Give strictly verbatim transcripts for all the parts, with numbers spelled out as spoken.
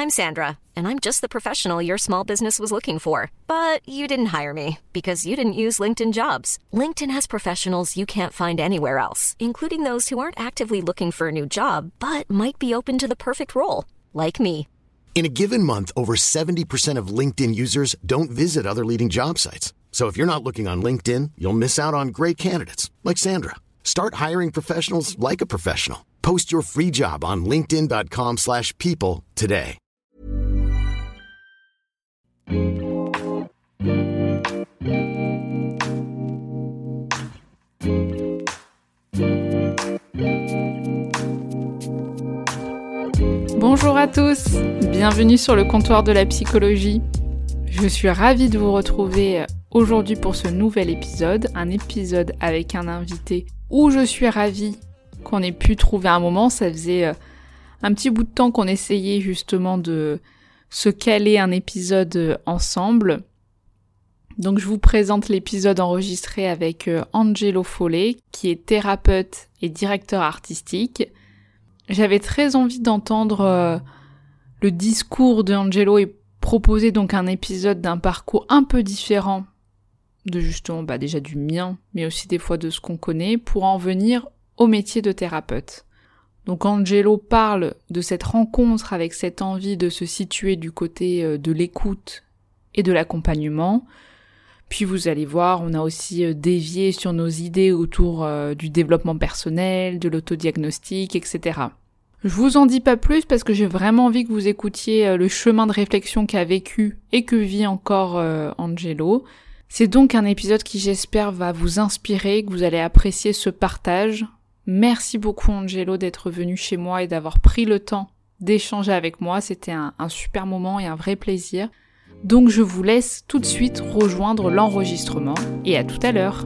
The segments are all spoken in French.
I'm Sandra, and I'm just the professional your small business was looking for. But you didn't hire me because you didn't use LinkedIn Jobs. LinkedIn has professionals you can't find anywhere else, including those who aren't actively looking for a new job, but might be open to the perfect role, like me. In a given month, over seventy percent of LinkedIn users don't visit other leading job sites. So if you're not looking on LinkedIn, you'll miss out on great candidates like Sandra. Start hiring professionals like a professional. Post your free job on linkedin.com slash people today. Bonjour à tous, bienvenue sur le comptoir de la psychologie. Je suis ravie de vous retrouver aujourd'hui pour ce nouvel épisode, un épisode avec un invité où je suis ravie qu'on ait pu trouver un moment. Ça faisait un petit bout de temps qu'on essayait justement de se caler un épisode ensemble. Donc je vous présente l'épisode enregistré avec Angelo Follet, qui est thérapeute et directeur artistique. J'avais très envie d'entendre euh, le discours de Angelo et proposer donc un épisode d'un parcours un peu différent de justement bah déjà du mien, mais aussi des fois de ce qu'on connaît, pour en venir au métier de thérapeute. Donc Angelo parle de cette rencontre avec cette envie de se situer du côté de l'écoute et de l'accompagnement. Puis vous allez voir, on a aussi dévié sur nos idées autour euh, du développement personnel, de l'autodiagnostic, et cetera. Je vous en dis pas plus parce que j'ai vraiment envie que vous écoutiez euh, le chemin de réflexion qu'a vécu et que vit encore euh, Angelo. C'est donc un épisode qui, j'espère, va vous inspirer, que vous allez apprécier ce partage. Merci beaucoup Angelo d'être venu chez moi et d'avoir pris le temps d'échanger avec moi. C'était un, un super moment et un vrai plaisir. Donc je vous laisse tout de suite rejoindre l'enregistrement et à tout à l'heure.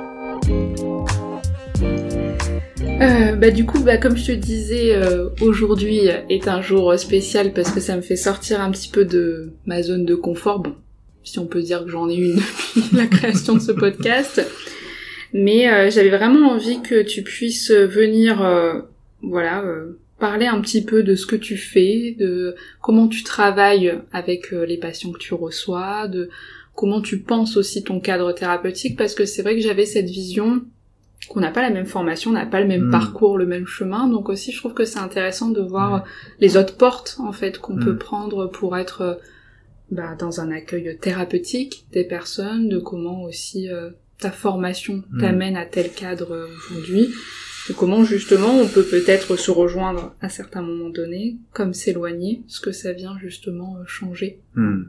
Euh, bah du coup, bah comme je te disais, euh, aujourd'hui est un jour spécial parce que ça me fait sortir un petit peu de ma zone de confort. Bon, si on peut dire que j'en ai une depuis la création de ce podcast. Mais euh, j'avais vraiment envie que tu puisses venir, euh, voilà... Euh, parler un petit peu de ce que tu fais, de comment tu travailles avec les patients que tu reçois, de comment tu penses aussi ton cadre thérapeutique, parce que c'est vrai que j'avais cette vision qu'on n'a pas la même formation, on n'a pas le même mmh. parcours, le même chemin, donc aussi je trouve que c'est intéressant de voir mmh. les autres portes en fait qu'on mmh. peut prendre pour être bah, dans un accueil thérapeutique des personnes, de comment aussi euh, ta formation mmh. t'amène à tel cadre aujourd'hui. Et comment justement on peut peut-être se rejoindre à certains moments donnés, comme s'éloigner, ce que ça vient justement changer. Hmm.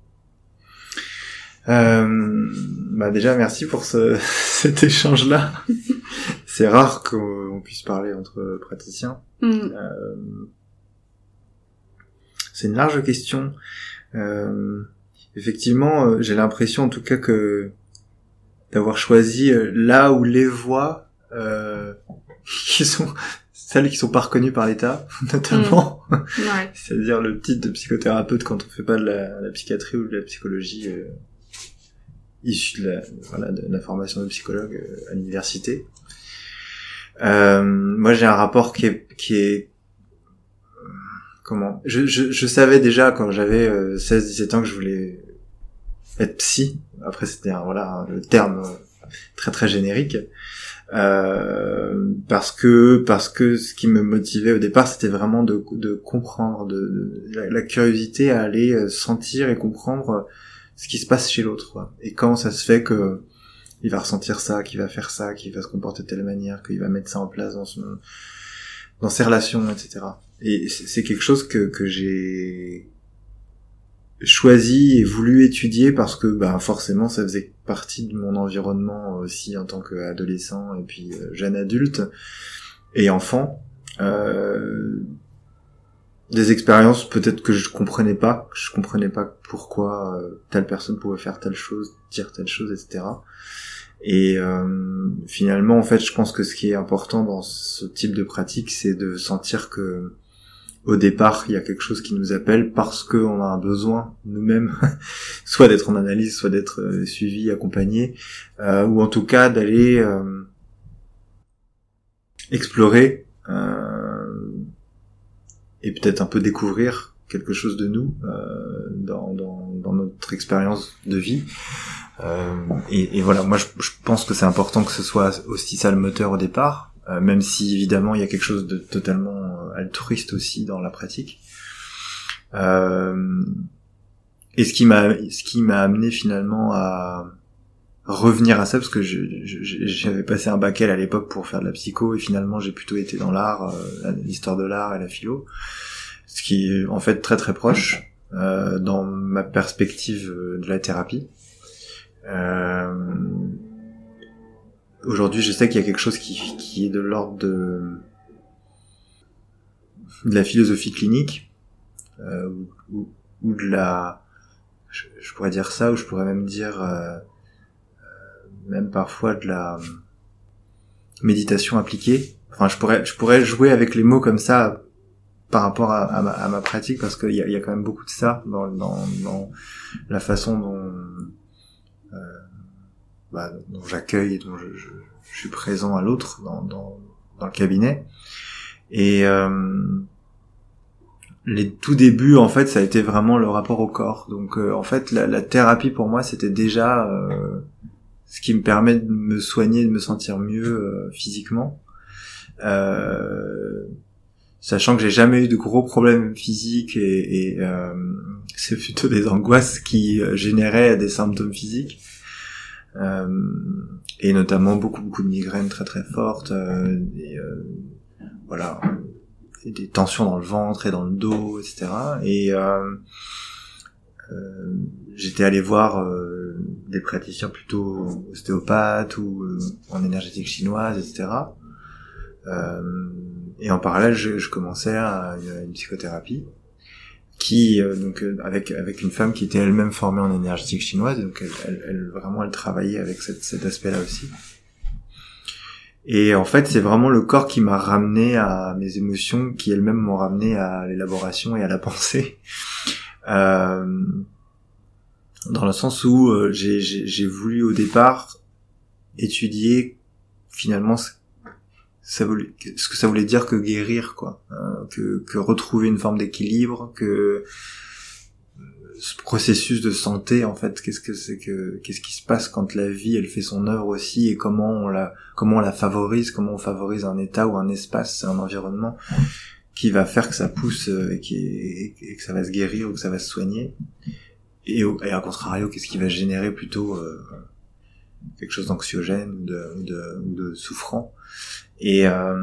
Euh, bah déjà merci pour ce, cet échange-là. C'est rare qu'on puisse parler entre praticiens. Hmm. Euh, c'est une large question. Euh, effectivement, j'ai l'impression en tout cas que d'avoir choisi là où les voies euh, qui sont celles qui sont pas reconnues par l'État, notamment. Mmh. Ouais. C'est-à-dire le titre de psychothérapeute quand on fait pas de la, la psychiatrie ou de la psychologie euh, issue de la, voilà, de la formation de psychologue euh, à l'université. Euh, moi, j'ai un rapport qui est, qui est comment je, je, je savais déjà quand j'avais euh, seize dix-sept ans que je voulais être psy. Après, c'était un, voilà le terme euh, très très générique. Euh, parce que parce que ce qui me motivait au départ, c'était vraiment de de comprendre, de, de la, la curiosité à aller sentir et comprendre ce qui se passe chez l'autre, quoi. Et quand ça se fait que il va ressentir ça, qu'il va faire ça, qu'il va se comporter de telle manière, qu'il va mettre ça en place dans son dans ses relations, et cetera. Et c'est, c'est quelque chose que que j'ai choisi et voulu étudier parce que bah forcément ça faisait partie de mon environnement aussi en tant qu'adolescent et puis euh, jeune adulte et enfant, euh, des expériences peut-être que je comprenais pas, je comprenais pas pourquoi euh, telle personne pouvait faire telle chose, dire telle chose, et cetera. Et euh, finalement en fait je pense que ce qui est important dans ce type de pratique, c'est de sentir que au départ, il y a quelque chose qui nous appelle parce qu'on a un besoin nous-mêmes, soit d'être en analyse, soit d'être euh, suivi, accompagné, euh, ou en tout cas d'aller euh, explorer euh, et peut-être un peu découvrir quelque chose de nous euh, dans, dans, dans notre expérience de vie. Euh, et, et voilà, moi je, je pense que c'est important que ce soit aussi ça le moteur au départ, euh, même si évidemment il y a quelque chose de totalement altruiste aussi dans la pratique. Euh, et ce qui m'a, ce qui m'a amené finalement à revenir à ça, parce que je, je, j'avais passé un bac L à l'époque pour faire de la psycho, et finalement j'ai plutôt été dans l'art, euh, l'histoire de l'art et la philo, ce qui est en fait très très proche euh, dans ma perspective de la thérapie. Euh, aujourd'hui, je sais qu'il y a quelque chose qui, qui est de l'ordre de, de la philosophie clinique, euh, ou, ou de la, je, je pourrais dire ça, ou je pourrais même dire, euh, même parfois de la méditation appliquée. Enfin, je pourrais, je pourrais jouer avec les mots comme ça par rapport à, à, ma, à ma pratique, parce qu'il y a, il y a quand même beaucoup de ça dans, dans, dans la façon dont Euh, bah, dont j'accueille et dont je, je, je suis présent à l'autre dans, dans, dans le cabinet. Et euh, les tout débuts, en fait, ça a été vraiment le rapport au corps. Donc, euh, en fait, la, la thérapie pour moi, c'était déjà euh, ce qui me permet de me soigner, de me sentir mieux euh, physiquement. Euh, sachant que j'ai jamais eu de gros problèmes physiques et, et euh, c'est plutôt des angoisses qui euh, généraient des symptômes physiques, euh, et notamment beaucoup beaucoup de migraines très très fortes, euh, et euh, voilà, et des tensions dans le ventre et dans le dos, et cetera. Et euh, euh, j'étais allé voir euh, des praticiens plutôt ostéopathes ou euh, en énergétique chinoise, et cetera. Euh, et en parallèle, je, je commençais à une, une psychothérapie qui euh, donc euh, avec avec une femme qui était elle-même formée en énergétique chinoise, donc elle, elle, elle vraiment elle travaillait avec cette, cet aspect-là aussi. Et en fait, c'est vraiment le corps qui m'a ramené à mes émotions, qui elles-mêmes m'ont ramené à l'élaboration et à la pensée. Euh, dans le sens où euh, j'ai, j'ai j'ai voulu au départ étudier finalement ce ça voulait, ce que ça voulait dire que guérir, quoi, hein, que, que retrouver une forme d'équilibre, que ce processus de santé, en fait, qu'est-ce que c'est que, qu'est-ce qui se passe quand la vie, elle fait son œuvre aussi, et comment on la, comment on la favorise, comment on favorise un état ou un espace, un environnement qui va faire que ça pousse et, qui, et, et que ça va se guérir ou que ça va se soigner, et, et à contrario, qu'est-ce qui va générer plutôt euh, quelque chose d'anxiogène ou de, ou de, ou de souffrant. Et euh,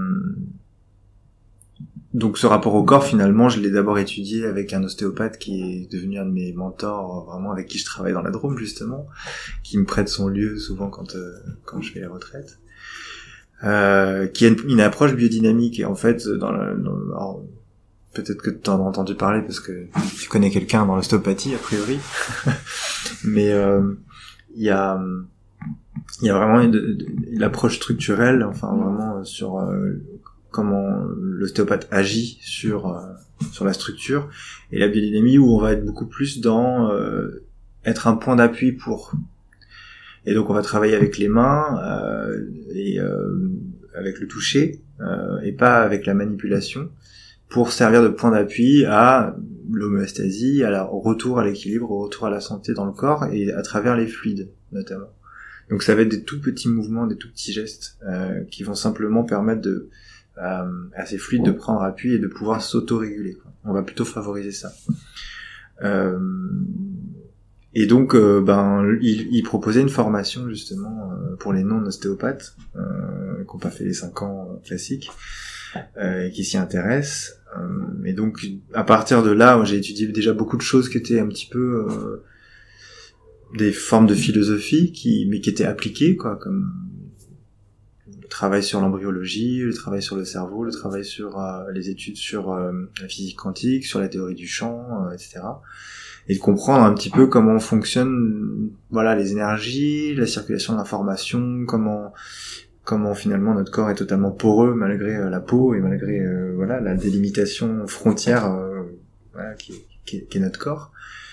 donc ce rapport au corps, finalement, je l'ai d'abord étudié avec un ostéopathe qui est devenu un de mes mentors, vraiment avec qui je travaille dans la Drôme justement, qui me prête son lieu souvent quand euh, quand je fais la retraite, euh, qui a une, une approche biodynamique. Et en fait, dans, la, dans alors, peut-être que tu en as entendu parler parce que tu connais quelqu'un dans l'ostéopathie a priori, mais euh, il y a il y a vraiment une, une approche structurelle, enfin vraiment sur euh, comment l'ostéopathe agit sur euh, sur la structure, et la biodynamie où on va être beaucoup plus dans euh, être un point d'appui pour, et donc on va travailler avec les mains euh, et euh, avec le toucher euh, et pas avec la manipulation, pour servir de point d'appui à l'homéostasie, à la, au retour à l'équilibre, au retour à la santé dans le corps, et à travers les fluides notamment. Donc ça va être des tout petits mouvements, des tout petits gestes euh, qui vont simplement permettre de, euh, à ces fluides de prendre appui et de pouvoir s'auto-réguler, quoi. On va plutôt favoriser ça. Euh, et donc, euh, ben, il, il proposait une formation justement euh, pour les non-ostéopathes euh, qui n'ont pas fait les cinq ans classiques euh, et qui s'y intéressent. Euh, et donc, à partir de là, j'ai étudié déjà beaucoup de choses qui étaient un petit peu euh, des formes de philosophie qui, mais qui étaient appliquées, quoi, comme le travail sur l'embryologie, le travail sur le cerveau, le travail sur euh, les études sur euh, la physique quantique, sur la théorie du champ, euh, et cetera. Et de comprendre un petit peu comment fonctionnent, voilà, les énergies, la circulation de l'information, comment comment finalement notre corps est totalement poreux malgré euh, la peau et malgré euh, voilà la délimitation frontière euh, voilà, qui, qui, qui est notre corps.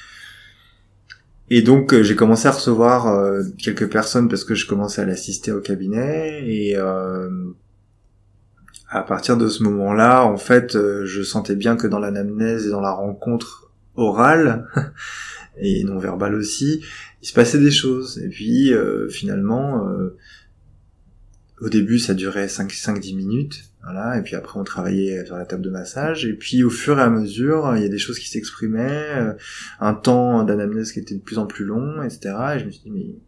Et donc euh, j'ai commencé à recevoir euh, quelques personnes parce que je commençais à l'assister au cabinet, et euh, à partir de ce moment-là, en fait, euh, je sentais bien que dans l'anamnèse et dans la rencontre orale et non verbale aussi, il se passait des choses. Et puis euh, finalement, euh, au début, ça durait cinq dix minutes, voilà. Et puis après, on travaillait sur la table de massage. Et puis au fur et à mesure, il y a des choses qui s'exprimaient, euh, un temps d'anamnèse qui était de plus en plus long, et cetera. Et je me suis dit, mais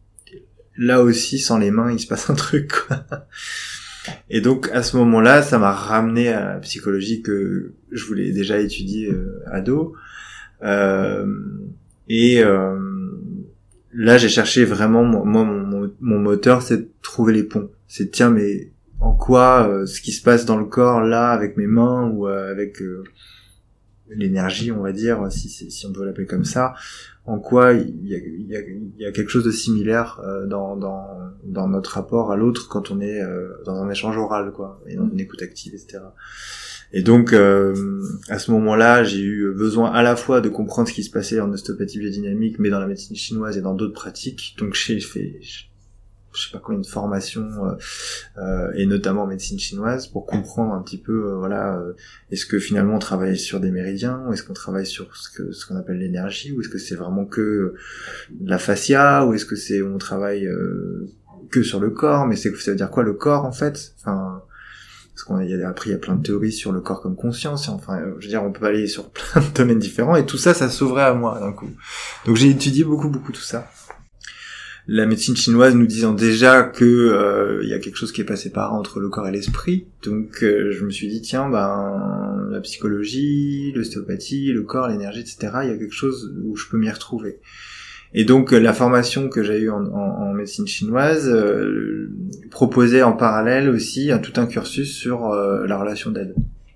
là aussi, sans les mains, il se passe un truc, quoi. Et donc, à ce moment-là, ça m'a ramené à la psychologie que je voulais déjà étudier euh, ado. Euh, et euh, là, j'ai cherché vraiment, moi, mon, mon, mon moteur, c'est de trouver les ponts. C'est tiens, mais en quoi euh, ce qui se passe dans le corps, là, avec mes mains, ou euh, avec euh, l'énergie, on va dire, si, si on peut l'appeler comme ça, en quoi il y a, il y a, il y a quelque chose de similaire euh, dans, dans, dans notre rapport à l'autre quand on est euh, dans un échange oral, quoi, et dans une écoute active, et cetera. Et donc, euh, à ce moment-là, j'ai eu besoin à la fois de comprendre ce qui se passait en ostéopathie biodynamique, mais dans la médecine chinoise et dans d'autres pratiques. Donc, j'ai fait, je sais pas combien de formations, euh, euh, et notamment en médecine chinoise, pour comprendre un petit peu, euh, voilà, euh, est-ce que finalement on travaille sur des méridiens, ou est-ce qu'on travaille sur ce que ce qu'on appelle l'énergie, ou est-ce que c'est vraiment que la fascia, ou est-ce que c'est on travaille euh, que sur le corps, mais c'est ça veut dire quoi le corps en fait, enfin. Parce qu'on y a, après, il y a plein de théories sur le corps comme conscience, et enfin, je veux dire, on peut aller sur plein de domaines différents, et tout ça, ça s'ouvrait à moi, d'un coup. Donc j'ai étudié beaucoup, beaucoup tout ça. La médecine chinoise nous disant déjà que euh, il y a quelque chose qui est passé par entre le corps et l'esprit, donc euh, je me suis dit, tiens, ben, la psychologie, l'ostéopathie, le corps, l'énergie, et cetera, il y a quelque chose où je peux m'y retrouver. Et donc la formation que j'ai eue en, en, en médecine chinoise euh, proposait en parallèle aussi un, tout un cursus sur euh, la relation d'aide.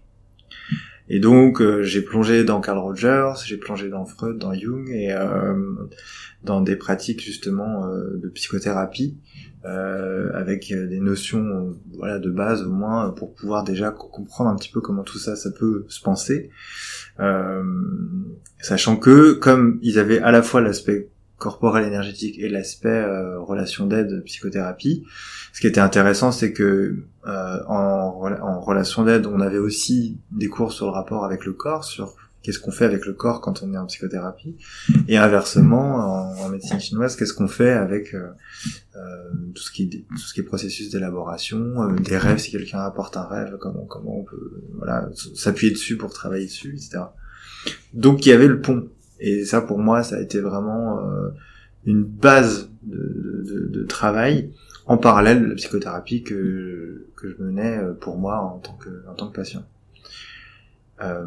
Et donc euh, j'ai plongé dans Carl Rogers, j'ai plongé dans Freud, dans Jung, et euh, dans des pratiques justement euh, de psychothérapie, euh, avec des notions euh, voilà de base au moins pour pouvoir déjà comprendre un petit peu comment tout ça ça peut se penser, euh, sachant que comme ils avaient à la fois l'aspect corporel énergétique et l'aspect euh, relation d'aide psychothérapie, ce qui était intéressant c'est que euh, en, en relation d'aide on avait aussi des cours sur le rapport avec le corps, sur qu'est-ce qu'on fait avec le corps quand on est en psychothérapie, et inversement en, en médecine chinoise qu'est-ce qu'on fait avec euh, euh, tout ce qui est tout ce qui est processus d'élaboration, euh, des rêves, si quelqu'un apporte un rêve, comment comment on peut voilà s'appuyer dessus pour travailler dessus, et cetera. Donc il y avait le pont. Et ça, pour moi, ça a été vraiment euh, une base de, de, de travail en parallèle de la psychothérapie que que je menais pour moi en tant que en tant que patient. Euh,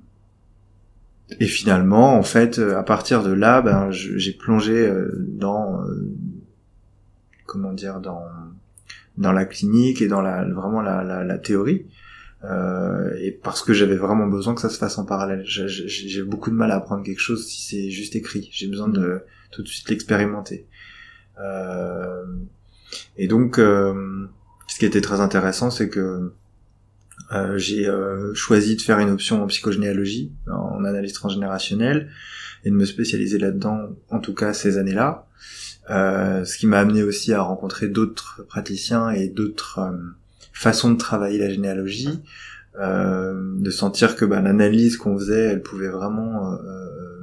et finalement, en fait, à partir de là, ben, je, j'ai plongé dans euh, comment dire dans dans la clinique et dans la vraiment la, la, la théorie. Euh, et parce que j'avais vraiment besoin que ça se fasse en parallèle. J'ai, j'ai, j'ai beaucoup de mal à apprendre quelque chose si c'est juste écrit. J'ai besoin de tout de suite l'expérimenter. Euh, et donc, euh, ce qui était très intéressant, c'est que euh, j'ai euh, choisi de faire une option en psychogénéalogie, en analyse transgénérationnelle, et de me spécialiser là-dedans, en tout cas ces années-là. Euh, ce qui m'a amené aussi à rencontrer d'autres praticiens et d'autres euh, façon de travailler la généalogie, euh, de sentir que bah, l'analyse qu'on faisait, elle pouvait vraiment euh,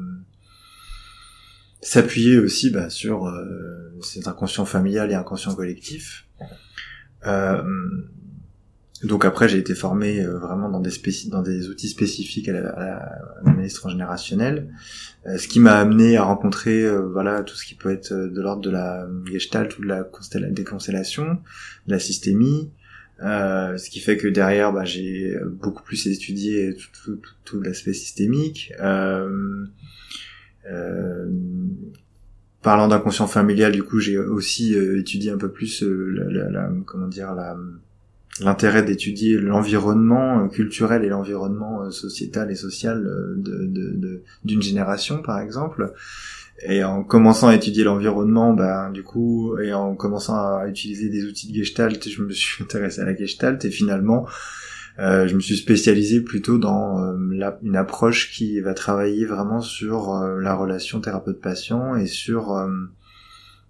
s'appuyer aussi bah, sur euh, cet inconscient familial et inconscient collectif. Euh, donc après, j'ai été formé euh, vraiment dans des spéci- dans des outils spécifiques à, la, à, la, à l'analyse transgénérationnelle, euh, ce qui m'a amené à rencontrer euh, voilà tout ce qui peut être de l'ordre de la gestalt ou de la constella- des constellations, de la systémie. Euh, ce qui fait que derrière bah, j'ai beaucoup plus étudié tout, tout, tout, tout l'aspect systémique. Euh, euh, parlant d'inconscient familial, du coup j'ai aussi euh, étudié un peu plus euh, la, la, la, comment dire la, l'intérêt d'étudier l'environnement culturel et l'environnement sociétal et social de, de, de, d'une génération par exemple. Et en commençant à étudier l'environnement, ben du coup, et en commençant à utiliser des outils de Gestalt, je me suis intéressé à la Gestalt, et finalement, euh, je me suis spécialisé plutôt dans euh, la, une approche qui va travailler vraiment sur euh, la relation thérapeute-patient et sur euh,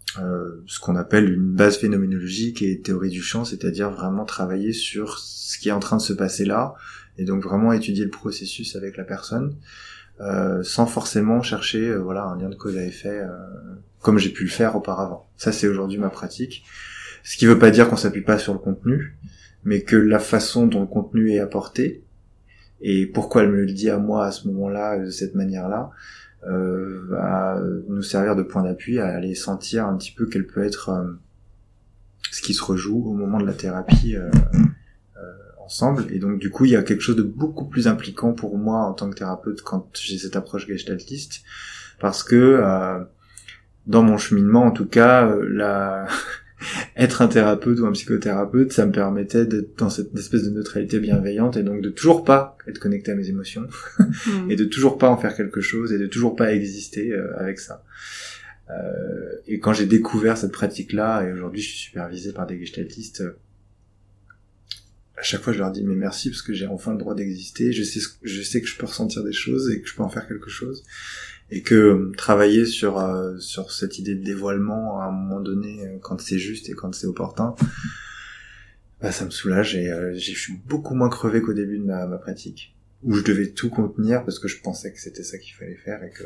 euh, ce qu'on appelle une base phénoménologique et théorie du champ, c'est-à-dire vraiment travailler sur ce qui est en train de se passer là, et donc vraiment étudier le processus avec la personne, euh, sans forcément chercher euh, voilà un lien de cause à effet, euh, comme j'ai pu le faire auparavant. Ça, c'est aujourd'hui ma pratique. Ce qui veut pas dire qu'on s'appuie pas sur le contenu, mais que la façon dont le contenu est apporté, et pourquoi elle me le dit à moi à ce moment-là, de cette manière-là, euh, va nous servir de point d'appui à aller sentir un petit peu quel peut être euh, ce qui se rejoue au moment de la thérapie euh, euh, ensemble. Et donc du coup, il y a quelque chose de beaucoup plus impliquant pour moi en tant que thérapeute quand j'ai cette approche gestaltiste, parce que euh, dans mon cheminement, en tout cas, euh, la... être un thérapeute ou un psychothérapeute, ça me permettait d'être dans cette espèce de neutralité bienveillante et donc de toujours pas être connecté à mes émotions mmh. et de toujours pas en faire quelque chose et de toujours pas exister euh, avec ça. Euh, et quand j'ai découvert cette pratique-là, et aujourd'hui je suis supervisé par des gestaltistes, euh, à chaque fois je leur dis mais merci parce que j'ai enfin le droit d'exister, je sais, je sais que je peux ressentir des choses et que je peux en faire quelque chose. Et que euh, travailler sur euh, sur cette idée de dévoilement à un moment donné, euh, quand c'est juste et quand c'est opportun, bah ça me soulage et euh, je suis beaucoup moins crevé qu'au début de ma, ma pratique, où je devais tout contenir parce que je pensais que c'était ça qu'il fallait faire et que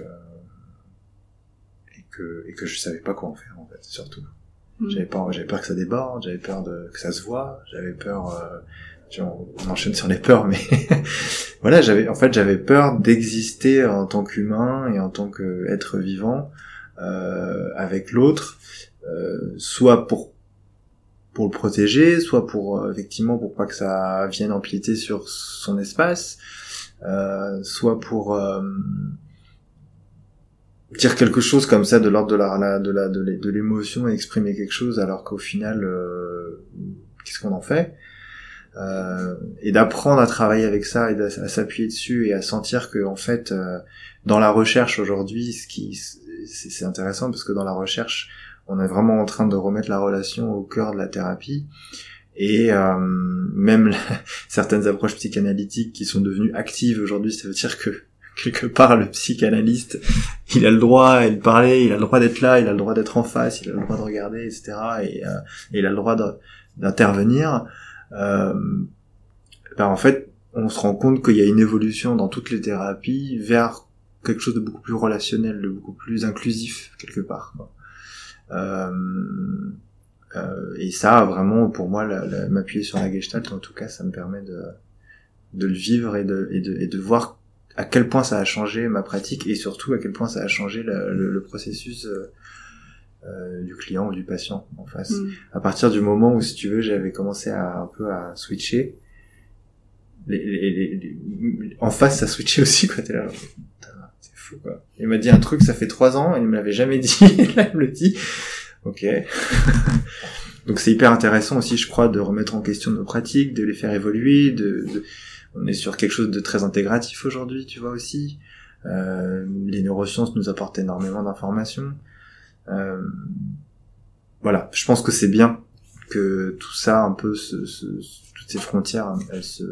et que et que je savais pas quoi en faire en fait, surtout. Mmh. J'avais peur, j'avais peur que ça déborde, j'avais peur de que ça se voit, j'avais peur. Euh, On enchaîne sur les peurs, mais voilà, j'avais, en fait, j'avais peur d'exister en tant qu'humain et en tant qu'être vivant euh, avec l'autre, euh, soit pour pour le protéger, soit pour euh, effectivement pour pas que ça vienne empiéter sur son espace, euh, soit pour euh, dire quelque chose comme ça de l'ordre de la de la de l'émotion et exprimer quelque chose, alors qu'au final, euh, qu'est-ce qu'on en fait? Euh, et d'apprendre à travailler avec ça et à s'appuyer dessus et à sentir que en fait euh, dans la recherche aujourd'hui, ce qui c'est, c'est intéressant parce que dans la recherche on est vraiment en train de remettre la relation au cœur de la thérapie et euh, même la, certaines approches psychanalytiques qui sont devenues actives aujourd'hui, ça veut dire que quelque part le psychanalyste il a le droit de parler, il a le droit d'être là, il a le droit d'être en face, il a le droit de regarder, etc. et, euh, et il a le droit de, d'intervenir. Euh, ben en fait, on se rend compte qu'il y a une évolution dans toutes les thérapies vers quelque chose de beaucoup plus relationnel, de beaucoup plus inclusif quelque part. Quoi. Euh, euh, et ça, vraiment, pour moi, la, la, m'appuyer sur la Gestalt, en tout cas, ça me permet de de le vivre et de et de et de voir à quel point ça a changé ma pratique et surtout à quel point ça a changé le, le, le processus. Euh, Euh, du client ou du patient en face. Mmh. À partir du moment où, si tu veux, j'avais commencé à un peu à switcher, les, les, les, les, en face ça switchait aussi quoi. T'es là, c'est fou quoi. Il m'a dit un truc, ça fait trois ans, il me l'avait jamais dit, là il me le dit. Ok. Donc c'est hyper intéressant aussi, je crois, de remettre en question nos pratiques, de les faire évoluer. De, de... on est sur quelque chose de très intégratif aujourd'hui, tu vois aussi. Euh, les neurosciences nous apportent énormément d'informations. Euh, voilà, je pense que c'est bien que tout ça, un peu, ce, ce, toutes ces frontières, elles se,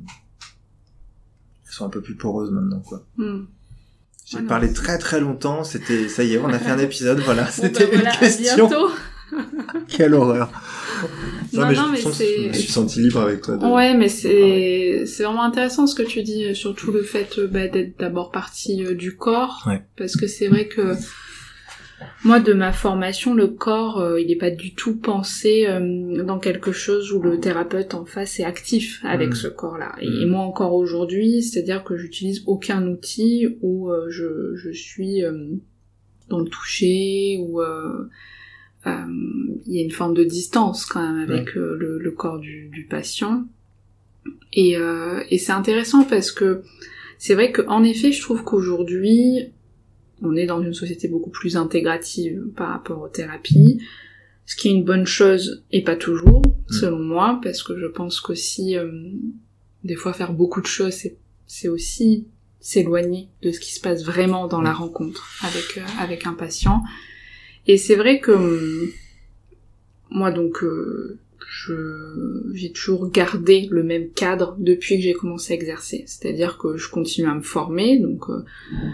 elles sont un peu plus poreuses maintenant, quoi. Mm. J'ai ah parlé non, très très longtemps, c'était, ça y est, on a fait un épisode, voilà, bon, c'était bah, voilà, une question. Quelle horreur. Non, non, mais, non, je, mais sens, c'est... je me suis senti libre avec toi. De... Ouais, mais c'est, c'est vraiment intéressant ce que tu dis, surtout le fait bah, d'être d'abord partie euh, du corps, ouais. Parce que c'est vrai que moi, de ma formation, le corps, euh, il n'est pas du tout pensé euh, dans quelque chose où le thérapeute en face est actif avec mmh. ce corps-là. Et, mmh. et moi encore aujourd'hui, c'est-à-dire que j'utilise aucun outil où euh, je, je suis euh, dans le toucher, où euh, euh, il y a une forme de distance quand même avec mmh. euh, le, le corps du, du patient. Et, euh, et c'est intéressant parce que c'est vrai qu'en effet, je trouve qu'aujourd'hui, on est dans une société beaucoup plus intégrative par rapport aux thérapies, ce qui est une bonne chose et pas toujours, mmh. selon moi, parce que je pense qu'aussi, euh, des fois faire beaucoup de choses, c'est, c'est aussi s'éloigner de ce qui se passe vraiment dans mmh. la rencontre avec, euh, avec un patient. Et c'est vrai que, euh, moi donc, euh, je, j'ai toujours gardé le même cadre depuis que j'ai commencé à exercer. C'est-à-dire que je continue à me former, donc euh,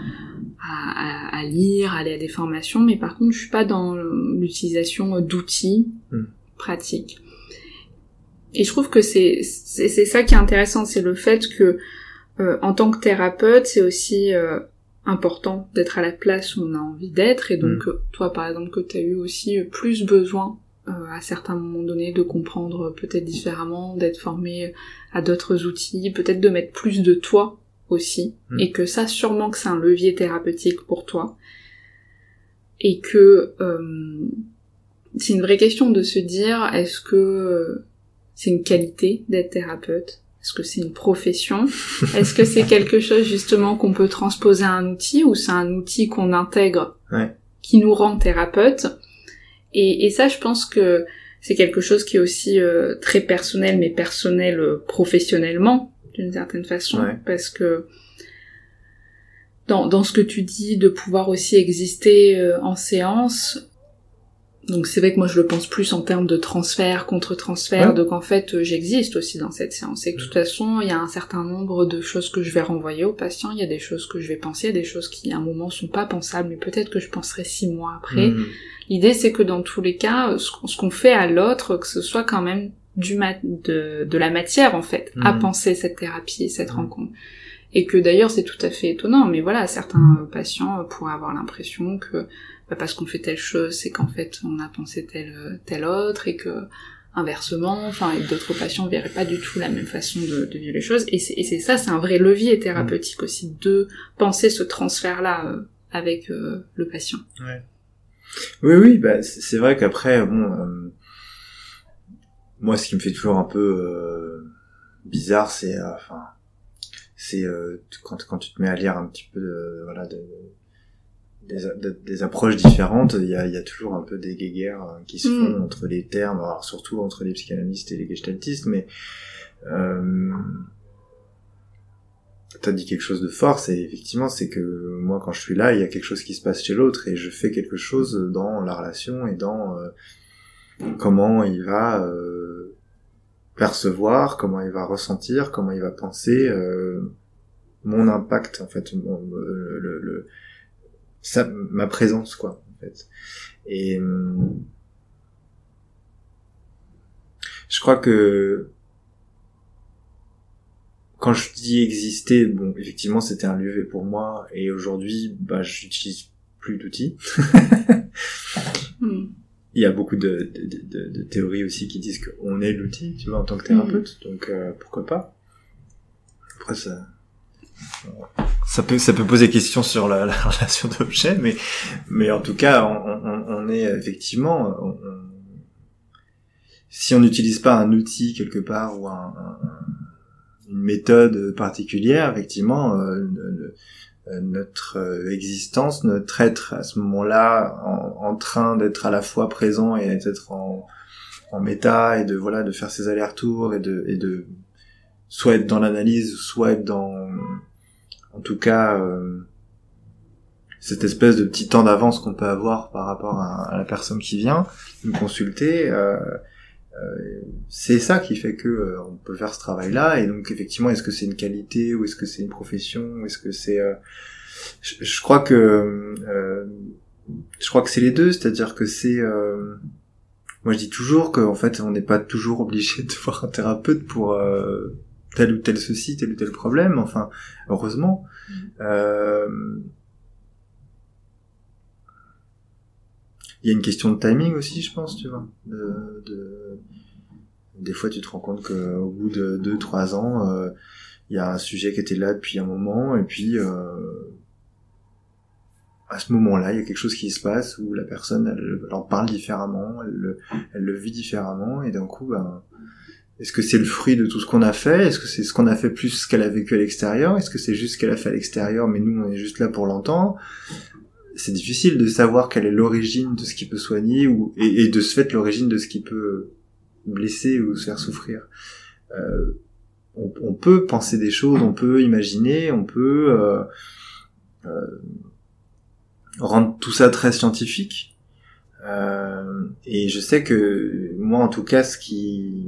à, à, à lire, à aller à des formations, mais par contre, je suis pas dans l'utilisation d'outils mmh. pratiques. Et je trouve que c'est, c'est, c'est ça qui est intéressant, c'est le fait que, euh, en tant que thérapeute, c'est aussi euh, important d'être à la place où on a envie d'être, et donc, mmh. toi, par exemple, que tu as eu aussi plus besoin Euh, à certains moments donnés, de comprendre peut-être différemment, d'être formé à d'autres outils, peut-être de mettre plus de toi aussi, mmh. et que ça, sûrement que c'est un levier thérapeutique pour toi, et que euh, c'est une vraie question de se dire, est-ce que euh, c'est une qualité d'être thérapeute ? Est-ce que c'est une profession ? Est-ce que c'est quelque chose justement qu'on peut transposer à un outil, ou c'est un outil qu'on intègre, ouais. qui nous rend thérapeute ? Et, et ça, je pense que c'est quelque chose qui est aussi euh, très personnel, mais personnel euh, professionnellement, d'une certaine façon, ouais. parce que dans, dans ce que tu dis, de pouvoir aussi exister euh, en séance, donc c'est vrai que moi je le pense plus en termes de transfert, contre-transfert, ouais. donc en fait euh, j'existe aussi dans cette séance, et que de toute façon il y a un certain nombre de choses que je vais renvoyer au patient, il y a des choses que je vais penser, il y a des choses qui à un moment sont pas pensables, mais peut-être que je penserai six mois après. Mmh. L'idée c'est que dans tous les cas, ce qu'on, ce qu'on fait à l'autre, que ce soit quand même du mat- de, de la matière en fait, mmh. à penser cette thérapie et cette mmh. rencontre. Et que d'ailleurs c'est tout à fait étonnant, mais voilà, certains patients pourraient avoir l'impression que bah, parce qu'on fait telle chose, c'est qu'en fait on a pensé telle, telle autre, et que inversement, enfin, et d'autres patients verraient pas du tout la même façon de, de vivre les choses, et c'est, et c'est ça, c'est un vrai levier thérapeutique mmh. aussi, de penser ce transfert-là euh, avec euh, le patient. Ouais. Oui, oui, bah, c'est, c'est vrai qu'après, bon, euh, moi ce qui me fait toujours un peu euh, bizarre, c'est, euh, enfin, c'est euh, quand quand tu te mets à lire un petit peu de, voilà de, des, de, des approches différentes, il y a il y a toujours un peu des guéguerres qui se font mmh. entre les termes, alors surtout entre les psychanalystes et les gestaltistes, mais euh, t'as dit quelque chose de fort, c'est effectivement c'est que moi quand je suis là, il y a quelque chose qui se passe chez l'autre, et je fais quelque chose dans la relation et dans euh, comment il va euh, percevoir, comment il va ressentir, comment il va penser, euh, mon impact en fait, mon, le, le, le ça, ma présence quoi en fait. Et euh, je crois que quand je dis exister, bon effectivement c'était un levier pour moi, et aujourd'hui bah j'utilise plus d'outils. mm. Il y a beaucoup de, de, de, de théories aussi qui disent qu'on est l'outil, tu vois, en tant que thérapeute, mmh. donc euh, pourquoi pas. Après ça, ça peut ça peut poser question sur la, la relation d'objet, mais mais en tout cas, on, on, on est effectivement, on, on, si on n'utilise pas un outil quelque part ou un, un, une méthode particulière, effectivement, euh, le, notre existence, notre être à ce moment-là en, en train d'être à la fois présent et d'être en, en méta, et de voilà de faire ses allers-retours, et de et de soit être dans l'analyse, soit être dans en tout cas euh, cette espèce de petit temps d'avance qu'on peut avoir par rapport à, à la personne qui vient nous consulter, euh, euh, c'est ça qui fait que euh, on peut faire ce travail-là. Et donc effectivement, est-ce que c'est une qualité, ou est-ce que c'est une profession, ou est-ce que c'est euh, je, je crois que euh, je crois que c'est les deux, c'est-à-dire que c'est euh, moi je dis toujours qu'en fait on n'est pas toujours obligé de voir un thérapeute pour euh, tel ou tel souci, tel ou tel problème, enfin heureusement. Mmh. Euh, il y a une question de timing aussi, je pense, tu vois. De, de... Des fois, tu te rends compte qu'au bout de deux, trois ans, euh, il y a un sujet qui était là depuis un moment, et puis euh, à ce moment-là, il y a quelque chose qui se passe où la personne, elle, elle en parle différemment, elle le, elle le vit différemment, et d'un coup, ben, est-ce que c'est le fruit de tout ce qu'on a fait ? Est-ce que c'est ce qu'on a fait plus ce qu'elle a vécu à l'extérieur ? Est-ce que c'est juste ce qu'elle a fait à l'extérieur, mais nous, on est juste là pour l'entendre ? C'est difficile de savoir quelle est l'origine de ce qui peut soigner, ou et, et de ce fait l'origine de ce qui peut blesser ou se faire souffrir. Euh, on, on peut penser des choses, on peut imaginer, on peut euh, euh, rendre tout ça très scientifique, Euh, et je sais que moi, en tout cas, ce qui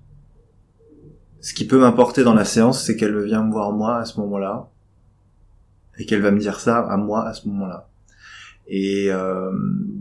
ce qui peut m'apporter dans la séance, c'est qu'elle vient me voir moi à ce moment-là, et qu'elle va me dire ça à moi à ce moment-là. Et euh,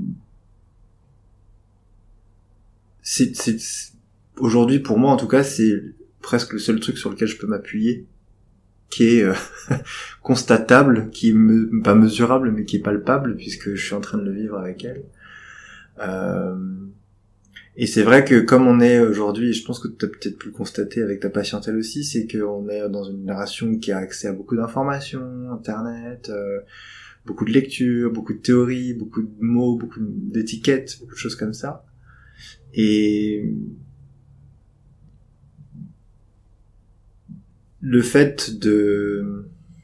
c'est, c'est, c'est aujourd'hui pour moi, en tout cas, c'est presque le seul truc sur lequel je peux m'appuyer, qui est euh, constatable, qui est me, pas mesurable, mais qui est palpable, puisque je suis en train de le vivre avec elle. Euh, et c'est vrai que comme on est aujourd'hui, et je pense que tu as peut-être pu le constater avec ta patientèle aussi, c'est qu'on est dans une génération qui a accès à beaucoup d'informations, internet, euh, beaucoup de lectures, beaucoup de théories, beaucoup de mots, beaucoup d'étiquettes, beaucoup de choses comme ça. Et le fait de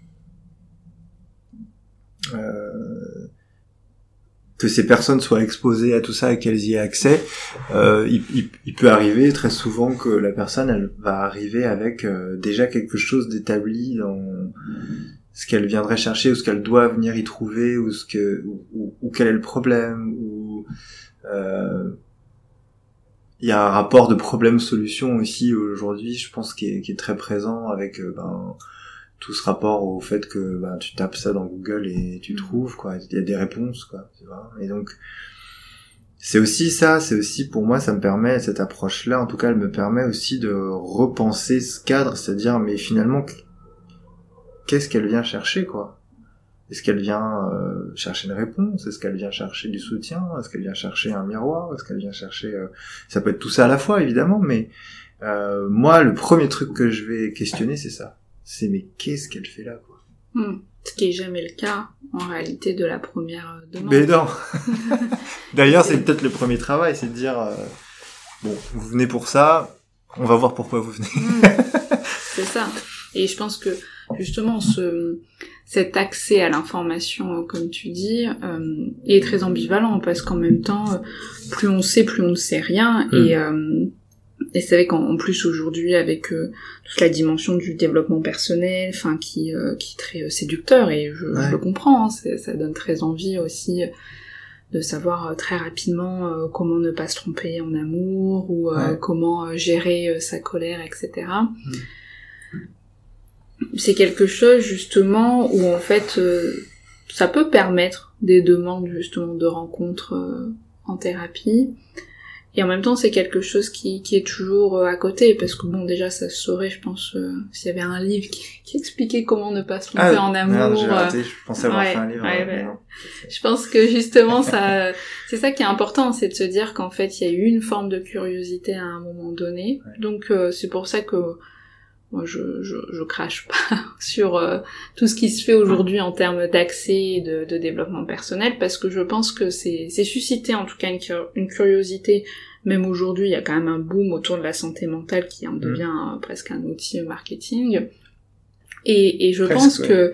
euh, que ces personnes soient exposées à tout ça et qu'elles y aient accès, euh, il, il, il peut arriver très souvent que la personne elle va arriver avec euh, déjà quelque chose d'établi dans ce qu'elle viendrait chercher ou ce qu'elle doit venir y trouver ou ce que ou, ou, ou quel est le problème ou euh, il y a un rapport de problème-solution aussi aujourd'hui, je pense, qui est, qui est très présent avec euh, ben tout ce rapport au fait que ben tu tapes ça dans Google et tu trouves quoi, il y a des réponses quoi, tu vois. Et donc c'est aussi ça, c'est aussi pour moi ça me permet cette approche-là, en tout cas elle me permet aussi de repenser ce cadre, c'est-à-dire mais finalement qu'est-ce qu'elle vient chercher quoi? Est-ce qu'elle vient euh, chercher une réponse? Est-ce qu'elle vient chercher du soutien? Est-ce qu'elle vient chercher un miroir? Est-ce qu'elle vient chercher... Euh... Ça peut être tout ça à la fois, évidemment, mais euh, moi, le premier truc que je vais questionner, c'est ça. C'est mais qu'est-ce qu'elle fait là, quoi? Mmh. Ce qui est jamais le cas, en réalité, de la première demande. Mais non. D'ailleurs, c'est peut-être le premier travail, c'est de dire, euh, bon, vous venez pour ça, on va voir pourquoi vous venez. Mmh. C'est ça. Et je pense que, justement, ce... cet accès à l'information, comme tu dis, euh, est très ambivalent, parce qu'en même temps, euh, plus on sait, plus on ne sait rien, mmh. et, euh, et c'est vrai qu'en plus aujourd'hui, avec euh, toute la dimension du développement personnel, enfin qui, euh, qui est très séducteur, et je, ouais. je le comprends, hein, ça donne très envie aussi de savoir euh, très rapidement euh, comment ne pas se tromper en amour, ou euh, ouais. comment euh, gérer euh, sa colère, et cetera. Mmh. C'est quelque chose justement où en fait euh, ça peut permettre des demandes justement de rencontres euh, en thérapie, et en même temps c'est quelque chose qui, qui est toujours euh, à côté, parce que bon déjà ça se saurait je pense euh, s'il y avait un livre qui, qui expliquait comment ne pas se tromper ah, en amour. Merde, j'ai raté, je pensais avoir ouais, fait un livre. Ouais, euh, bah, je pense que justement ça c'est ça qui est important, c'est de se dire qu'en fait il y a eu une forme de curiosité à un moment donné, ouais. donc euh, c'est pour ça que moi, je, je, je crache pas sur euh, tout ce qui se fait aujourd'hui en termes d'accès et de, de développement personnel, parce que je pense que c'est, c'est suscité en tout cas une, une curiosité. Même aujourd'hui, il y a quand même un boom autour de la santé mentale qui en devient mmh. presque un outil marketing. Et, et je presque, pense ouais. que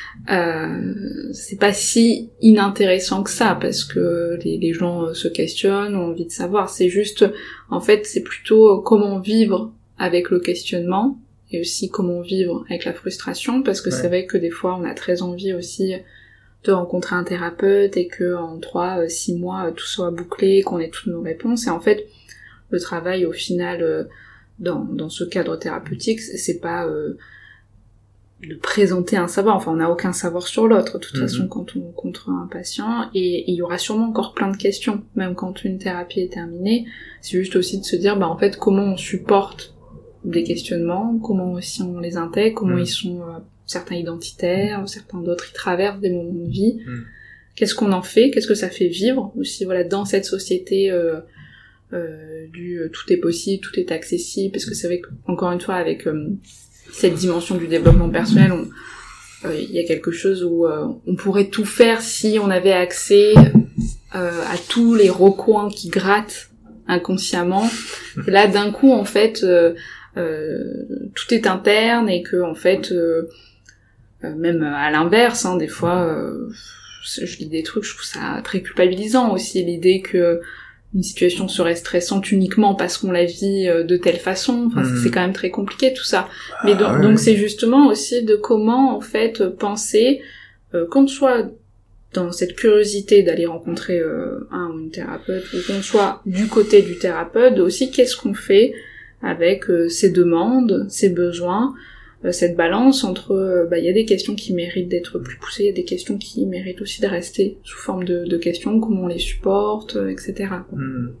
euh, c'est pas si inintéressant que ça, parce que les, les gens se questionnent, ont envie de savoir. C'est juste, en fait, c'est plutôt comment vivre avec le questionnement, et aussi comment vivre avec la frustration, parce que ouais. c'est vrai que des fois on a très envie aussi de rencontrer un thérapeute et que en trois, six mois tout soit bouclé, qu'on ait toutes nos réponses, et en fait le travail au final dans, dans ce cadre thérapeutique, c'est pas euh, de présenter un savoir, enfin on n'a aucun savoir sur l'autre de toute mm-hmm. façon quand on rencontre un patient, et il y aura sûrement encore plein de questions même quand une thérapie est terminée. C'est juste aussi de se dire bah en fait comment on supporte des questionnements, comment aussi on les intègre, comment mmh. ils sont euh, certains identitaires, certains d'autres ils traversent des moments de vie, mmh. qu'est-ce qu'on en fait, qu'est-ce que ça fait vivre aussi voilà dans cette société euh, euh, du euh, tout est possible, tout est accessible, parce que c'est vrai qu'encore une fois avec euh, cette dimension du développement personnel, il euh, y a quelque chose où euh, on pourrait tout faire si on avait accès euh, à tous les recoins qui grattent inconsciemment. Et là d'un coup en fait euh, Euh, tout est interne, et que en fait euh, euh, même à l'inverse hein, des fois euh, je lis des trucs, je trouve ça très culpabilisant aussi, l'idée que une situation serait stressante uniquement parce qu'on la vit euh, de telle façon, enfin mmh. c'est quand même très compliqué tout ça. Bah, mais donc, ouais. donc c'est justement aussi de comment en fait penser euh, qu'on soit dans cette curiosité d'aller rencontrer euh, un ou une thérapeute, ou qu'on soit du côté du thérapeute, aussi qu'est-ce qu'on fait avec euh, ces demandes, ces besoins, euh, cette balance entre, euh, bah, il y a des questions qui méritent d'être plus poussées, il y a des questions qui méritent aussi de rester sous forme de, de questions, comment on les supporte, euh, et cetera. Mmh.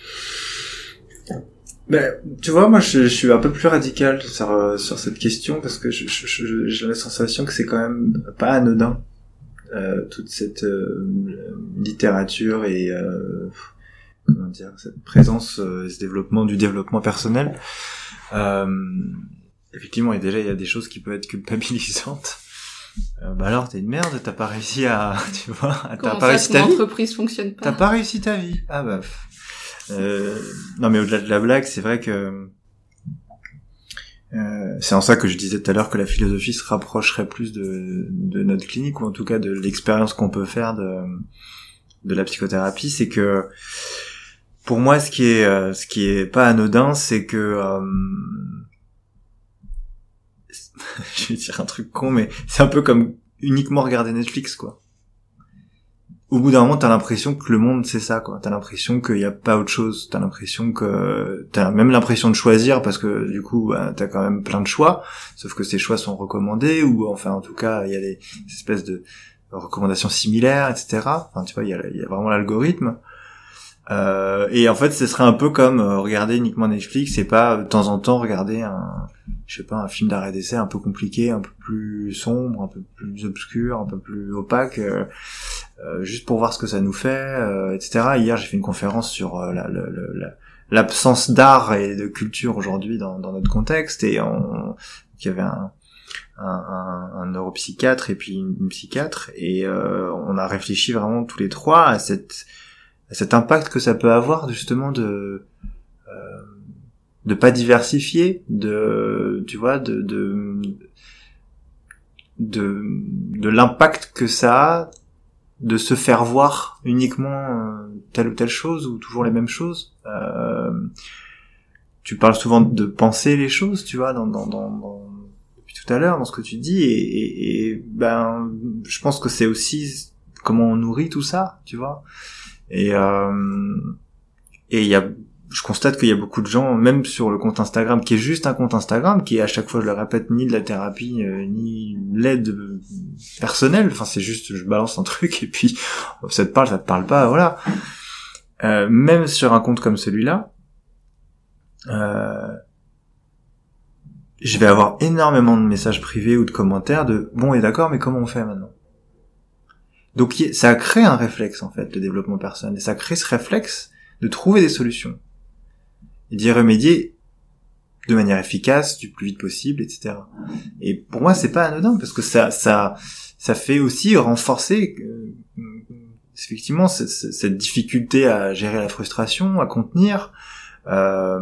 Ben, tu vois, moi, je, je suis un peu plus radical sur, sur cette question parce que je, je, je, j'ai la sensation que c'est quand même pas anodin, euh, toute cette euh, littérature et euh, comment dire, cette présence, euh, ce développement du développement personnel. Euh, effectivement, et déjà, il y a des choses qui peuvent être culpabilisantes. Euh, bah alors, t'es une merde, t'as pas réussi à, tu vois, Comment t'as pas ça, réussi ta vie. Ton entreprise fonctionne pas. T'as pas réussi ta vie. Ah bah. Euh, non mais au-delà de la blague, c'est vrai que euh, c'est en ça que je disais tout à l'heure que la philosophie se rapprocherait plus de, de notre clinique, ou en tout cas de l'expérience qu'on peut faire de, de la psychothérapie. C'est que pour moi, ce qui est euh, ce qui est pas anodin, c'est que euh, je vais dire un truc con, mais c'est un peu comme uniquement regarder Netflix, quoi. Au bout d'un moment, t'as l'impression que le monde, c'est ça, quoi. T'as l'impression qu'il y a pas autre chose. T'as l'impression que... T'as même l'impression de choisir, parce que, du coup, bah, t'as quand même plein de choix. Sauf que ces choix sont recommandés, ou, enfin, en tout cas, il y a des espèces de recommandations similaires, et cetera. Enfin, tu vois, il y a, il y a vraiment l'algorithme. Euh, et en fait, ce serait un peu comme euh, regarder uniquement Netflix, et pas, de temps en temps, regarder un... je sais pas, un film d'arrêt d'essai un peu compliqué, un peu plus sombre, un peu plus obscur, un peu plus opaque, euh, euh, juste pour voir ce que ça nous fait, euh, et cetera. Hier, j'ai fait une conférence sur euh, la, la, la, l'absence d'art et de culture aujourd'hui dans, dans notre contexte, et on, il y avait un, un, un, un neuropsychiatre et puis une, une psychiatre, et euh, on a réfléchi vraiment tous les trois à, cette, à cet impact que ça peut avoir, justement, de... Euh, de pas diversifier, de, tu vois, de, de, de, de l'impact que ça a de se faire voir uniquement telle ou telle chose, ou toujours les mêmes choses. Euh, tu parles souvent de penser les choses, tu vois, dans, dans, dans, dans depuis tout à l'heure, dans ce que tu dis, et, et, et ben, je pense que c'est aussi comment on nourrit tout ça, tu vois. Et, euh, et il y a, je constate qu'il y a beaucoup de gens, même sur le compte Instagram, qui est juste un compte Instagram, qui est, à chaque fois, je le répète, ni de la thérapie, euh, ni l'aide personnelle. Enfin, c'est juste, je balance un truc, et puis, ça te parle, ça te parle pas, voilà. Euh, même sur un compte comme celui-là, euh, je vais avoir énormément de messages privés ou de commentaires de, bon, et d'accord, mais comment on fait maintenant? Donc, ça crée un réflexe, en fait, de développement personnel, et ça crée ce réflexe de trouver des solutions. Et d'y remédier de manière efficace, du plus vite possible, et cetera. Et pour moi, c'est pas anodin, parce que ça, ça, ça fait aussi renforcer, euh, effectivement, c- c- cette difficulté à gérer la frustration, à contenir. Euh,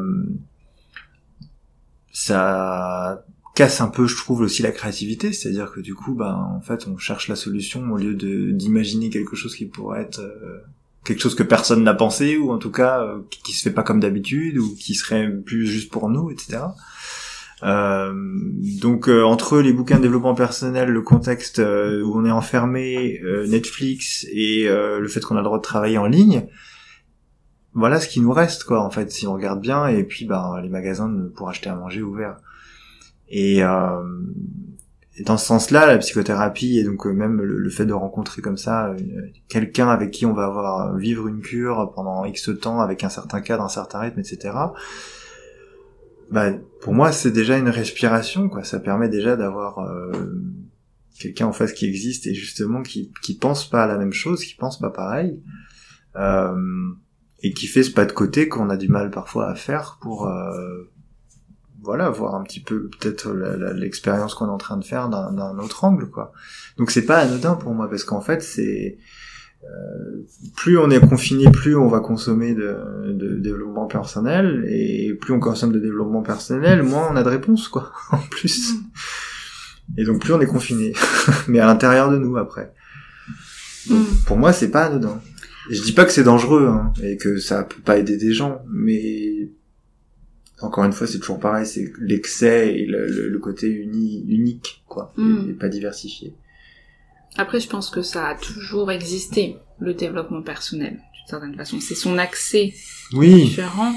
ça casse un peu, je trouve, aussi la créativité, c'est-à-dire que du coup, ben, en fait, on cherche la solution au lieu de d'imaginer quelque chose qui pourrait être euh, quelque chose que personne n'a pensé, ou en tout cas euh, qui, qui se fait pas comme d'habitude, ou qui serait plus juste pour nous, et cetera. Euh, donc euh, entre les bouquins de développement personnel, le contexte euh, où on est enfermé, euh, Netflix, et euh, le fait qu'on a le droit de travailler en ligne, voilà ce qui nous reste, quoi, en fait, si on regarde bien, et puis ben les magasins pour acheter à manger ouverts. Et euh, Et dans ce sens-là, la psychothérapie, et donc euh, même le, le fait de rencontrer comme ça euh, quelqu'un avec qui on va avoir euh, vivre une cure pendant X temps, avec un certain cadre, un certain rythme, et cetera. Bah, pour moi, c'est déjà une respiration, quoi. Ça permet déjà d'avoir euh, quelqu'un en face qui existe et justement qui qui pense pas à la même chose, qui pense pas pareil, euh, et qui fait ce pas de côté qu'on a du mal parfois à faire pour euh, voilà, voir un petit peu peut-être la, la, l'expérience qu'on est en train de faire d'un, d'un autre angle, quoi. Donc c'est pas anodin pour moi, parce qu'en fait c'est euh, plus on est confiné, plus on va consommer de, de développement personnel, et plus on consomme de développement personnel, moins on a de réponses, quoi, en plus. Et donc plus on est confiné, mais à l'intérieur de nous après. Donc, mm. Pour moi c'est pas anodin. Et je dis pas que c'est dangereux, hein, et que ça peut pas aider des gens, mais encore une fois, c'est toujours pareil, c'est l'excès et le, le, le côté uni, unique, quoi, mm. et, et pas diversifié. Après, je pense que ça a toujours existé, le développement personnel, d'une certaine façon. C'est son accès oui. différent.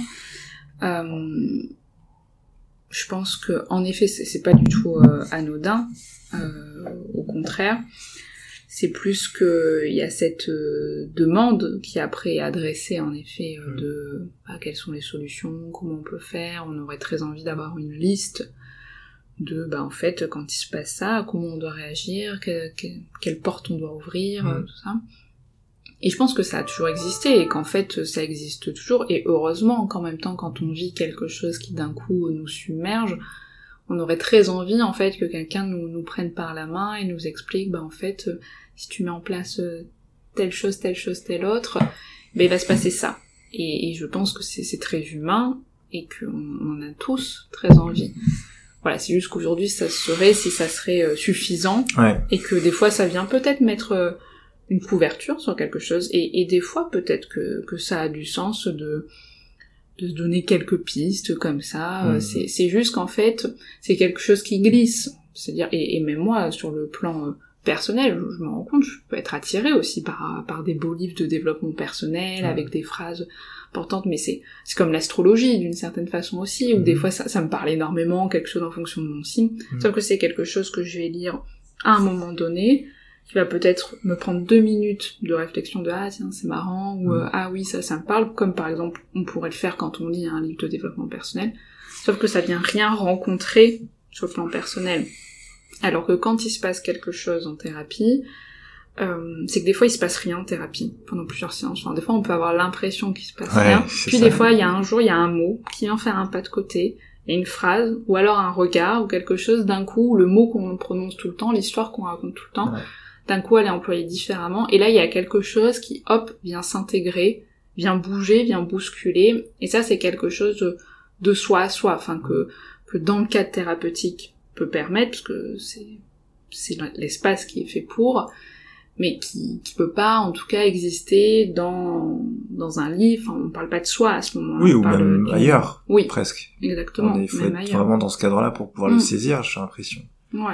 Euh, je pense que, en effet, c'est, c'est pas du tout euh, anodin. Euh, au contraire, c'est plus que il y a cette euh, demande qui après est adressée, en effet, euh, de bah, quelles sont les solutions, comment on peut faire. On aurait très envie d'avoir une liste de, bah, en fait, quand il se passe ça, comment on doit réagir, que, que, quelle porte on doit ouvrir, mmh. tout ça. Et je pense que ça a toujours existé, et qu'en fait, ça existe toujours, et heureusement qu'en même temps, quand on vit quelque chose qui d'un coup nous submerge, on aurait très envie, en fait, que quelqu'un nous, nous prenne par la main et nous explique, bah, en fait, si tu mets en place telle chose, telle chose, telle autre, bah, il va se passer ça. Et, et je pense que c'est, c'est très humain, et qu'on on a tous très envie. Voilà, c'est juste qu'aujourd'hui, ça serait, si ça serait euh, suffisant, ouais. et que des fois, ça vient peut-être mettre euh, une couverture sur quelque chose, et, et des fois, peut-être que, que ça a du sens de, de se donner quelques pistes comme ça. Mmh. C'est, c'est juste qu'en fait, c'est quelque chose qui glisse. C'est-à-dire, et, et même moi, sur le plan euh, personnel, je, je me rends compte, je peux être attirée aussi par, par des beaux livres de développement personnel, mmh. avec des phrases importante, mais c'est c'est comme l'astrologie d'une certaine façon aussi, où mmh. des fois ça, ça me parle énormément, quelque chose en fonction de mon signe, mmh. sauf que c'est quelque chose que je vais lire à un moment donné, qui va peut-être me prendre deux minutes de réflexion de « ah tiens, c'est marrant » ou mmh. « ah oui, ça, ça me parle », comme par exemple on pourrait le faire quand on lit un livre de développement personnel, sauf que ça vient rien rencontrer sur le plan personnel. Alors que quand il se passe quelque chose en thérapie, Euh, c'est que des fois il se passe rien en thérapie pendant plusieurs séances. Enfin, des fois on peut avoir l'impression qu'il se passe ouais, rien, puis ça. Des fois il y a un jour il y a un mot qui vient faire un pas de côté, et une phrase, ou alors un regard, ou quelque chose d'un coup, le mot qu'on prononce tout le temps, l'histoire qu'on raconte tout le temps, ouais. d'un coup elle est employée différemment, et là il y a quelque chose qui hop vient s'intégrer, vient bouger, vient bousculer, et ça c'est quelque chose de, de soi à soi, enfin que, que dans le cadre thérapeutique peut permettre, parce que c'est, c'est l'espace qui est fait pour, mais qui qui peut pas en tout cas exister dans dans un livre. Enfin, on parle pas de soi à ce moment-là. Oui, on ou parle même du... ailleurs. Oui, presque. Exactement. Il faut même être ailleurs. vraiment dans ce cadre-là pour pouvoir mmh. le saisir, j'ai l'impression. Ouais.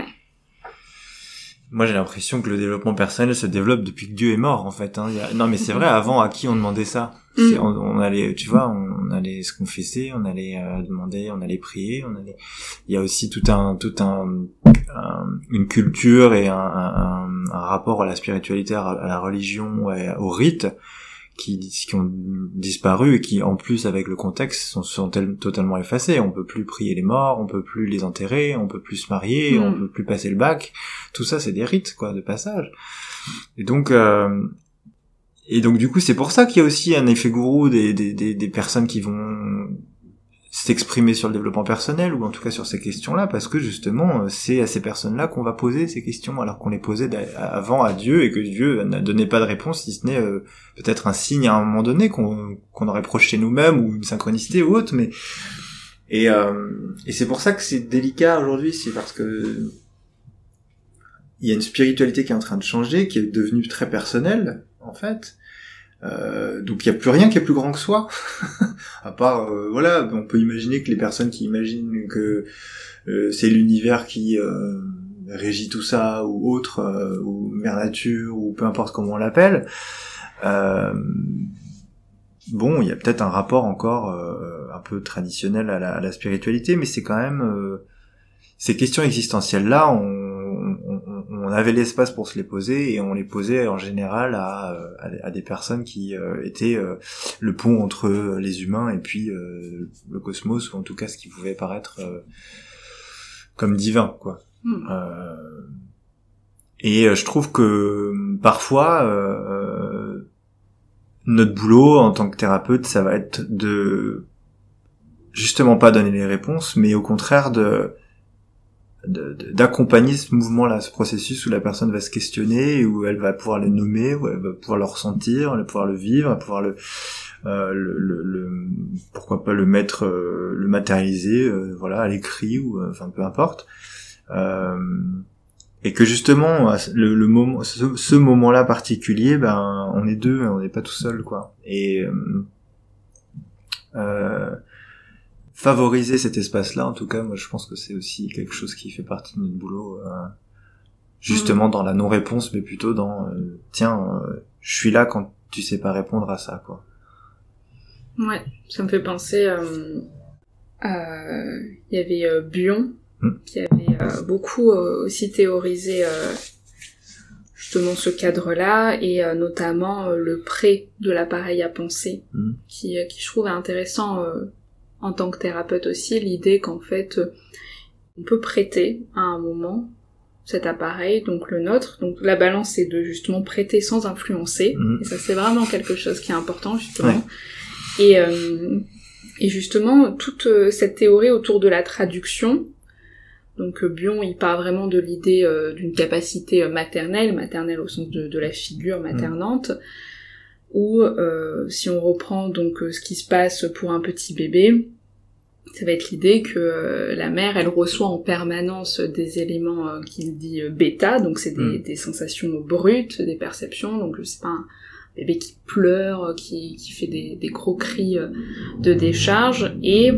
Moi, j'ai l'impression que le développement personnel se développe depuis que Dieu est mort, en fait. Hein. Il y a... Non, mais c'est vrai. Avant, à qui on demandait ça ? C'est, on, on allait, tu vois, on allait se confesser, on allait euh, demander, on allait prier, on allait. Il y a aussi tout un, tout un, un une culture et un, un, un rapport à la spiritualité, à la religion, et au rite, qui, qui ont disparu et qui, en plus, avec le contexte, sont, sont tel, totalement effacés. On peut plus prier les morts, on peut plus les enterrer, on peut plus se marier, mmh. on peut plus passer le bac. Tout ça, c'est des rites, quoi, de passage. Et donc. Euh, Et donc du coup c'est pour ça qu'il y a aussi un effet gourou des, des, des, des personnes qui vont s'exprimer sur le développement personnel, ou en tout cas sur ces questions-là, parce que justement c'est à ces personnes-là qu'on va poser ces questions, alors qu'on les posait avant à Dieu, et que Dieu n'a donné pas de réponse, si ce n'est euh, peut-être un signe à un moment donné qu'on, qu'on aurait projeté nous-mêmes, ou une synchronicité ou autre, mais et, euh, et c'est pour ça que c'est délicat aujourd'hui, c'est parce que il y a une spiritualité qui est en train de changer, qui est devenue très personnelle, en fait. Euh, donc il y a plus rien qui est plus grand que soi. À part, euh, voilà, on peut imaginer que les personnes qui imaginent que euh, c'est l'univers qui euh, régit tout ça, ou autre, euh, ou mère nature, ou peu importe comment on l'appelle, euh, bon, il y a peut-être un rapport encore euh, un peu traditionnel à la, à la spiritualité, mais c'est quand même... Euh, ces questions existentielles-là, on on avait l'espace pour se les poser, et on les posait en général à, à, à des personnes qui euh, étaient euh, le pont entre les humains et puis euh, le cosmos, ou en tout cas ce qui pouvait paraître euh, comme divin, quoi. Mmh. Euh, et je trouve que parfois euh, notre boulot en tant que thérapeute, ça va être de justement pas donner les réponses, mais au contraire de De, de, d'accompagner ce mouvement-là, ce processus où la personne va se questionner, où elle va pouvoir le nommer, où elle va pouvoir le ressentir, elle va pouvoir le vivre, elle va pouvoir le, euh, le, le, le pourquoi pas le mettre, euh, le matérialiser, euh, voilà, à l'écrit, ou euh, enfin peu importe, euh, et que justement le, le moment, ce, ce moment-là particulier, ben on est deux, on n'est pas tout seul, quoi, et euh, euh, favoriser cet espace-là, en tout cas, moi je pense que c'est aussi quelque chose qui fait partie de notre boulot, euh, justement mmh. dans la non-réponse, mais plutôt dans euh, tiens, euh, je suis là quand tu sais pas répondre à ça, quoi. Ouais, ça me fait penser, il euh, euh, y avait euh, Bion mmh. qui avait euh, beaucoup euh, aussi théorisé euh, justement ce cadre-là, et euh, notamment euh, le prêt de l'appareil à penser, mmh. qui, qui je trouve intéressant euh, en tant que thérapeute aussi, l'idée qu'en fait euh, on peut prêter à un moment cet appareil, donc le nôtre. Donc la balance, c'est de justement prêter sans influencer, mmh. et ça c'est vraiment quelque chose qui est important justement. Ouais. Et, euh, et justement, toute euh, cette théorie autour de la traduction, donc euh, Bion, il parle vraiment de l'idée euh, d'une capacité euh, maternelle, maternelle au sens de, de la figure maternante, mmh. où euh, si on reprend donc euh, ce qui se passe pour un petit bébé, ça va être l'idée que euh, la mère, elle reçoit en permanence des éléments euh, qu'il dit euh, bêta, donc c'est des, mmh. des sensations brutes, des perceptions, donc je sais pas, un bébé qui pleure, qui, qui fait des, des gros cris de décharge, et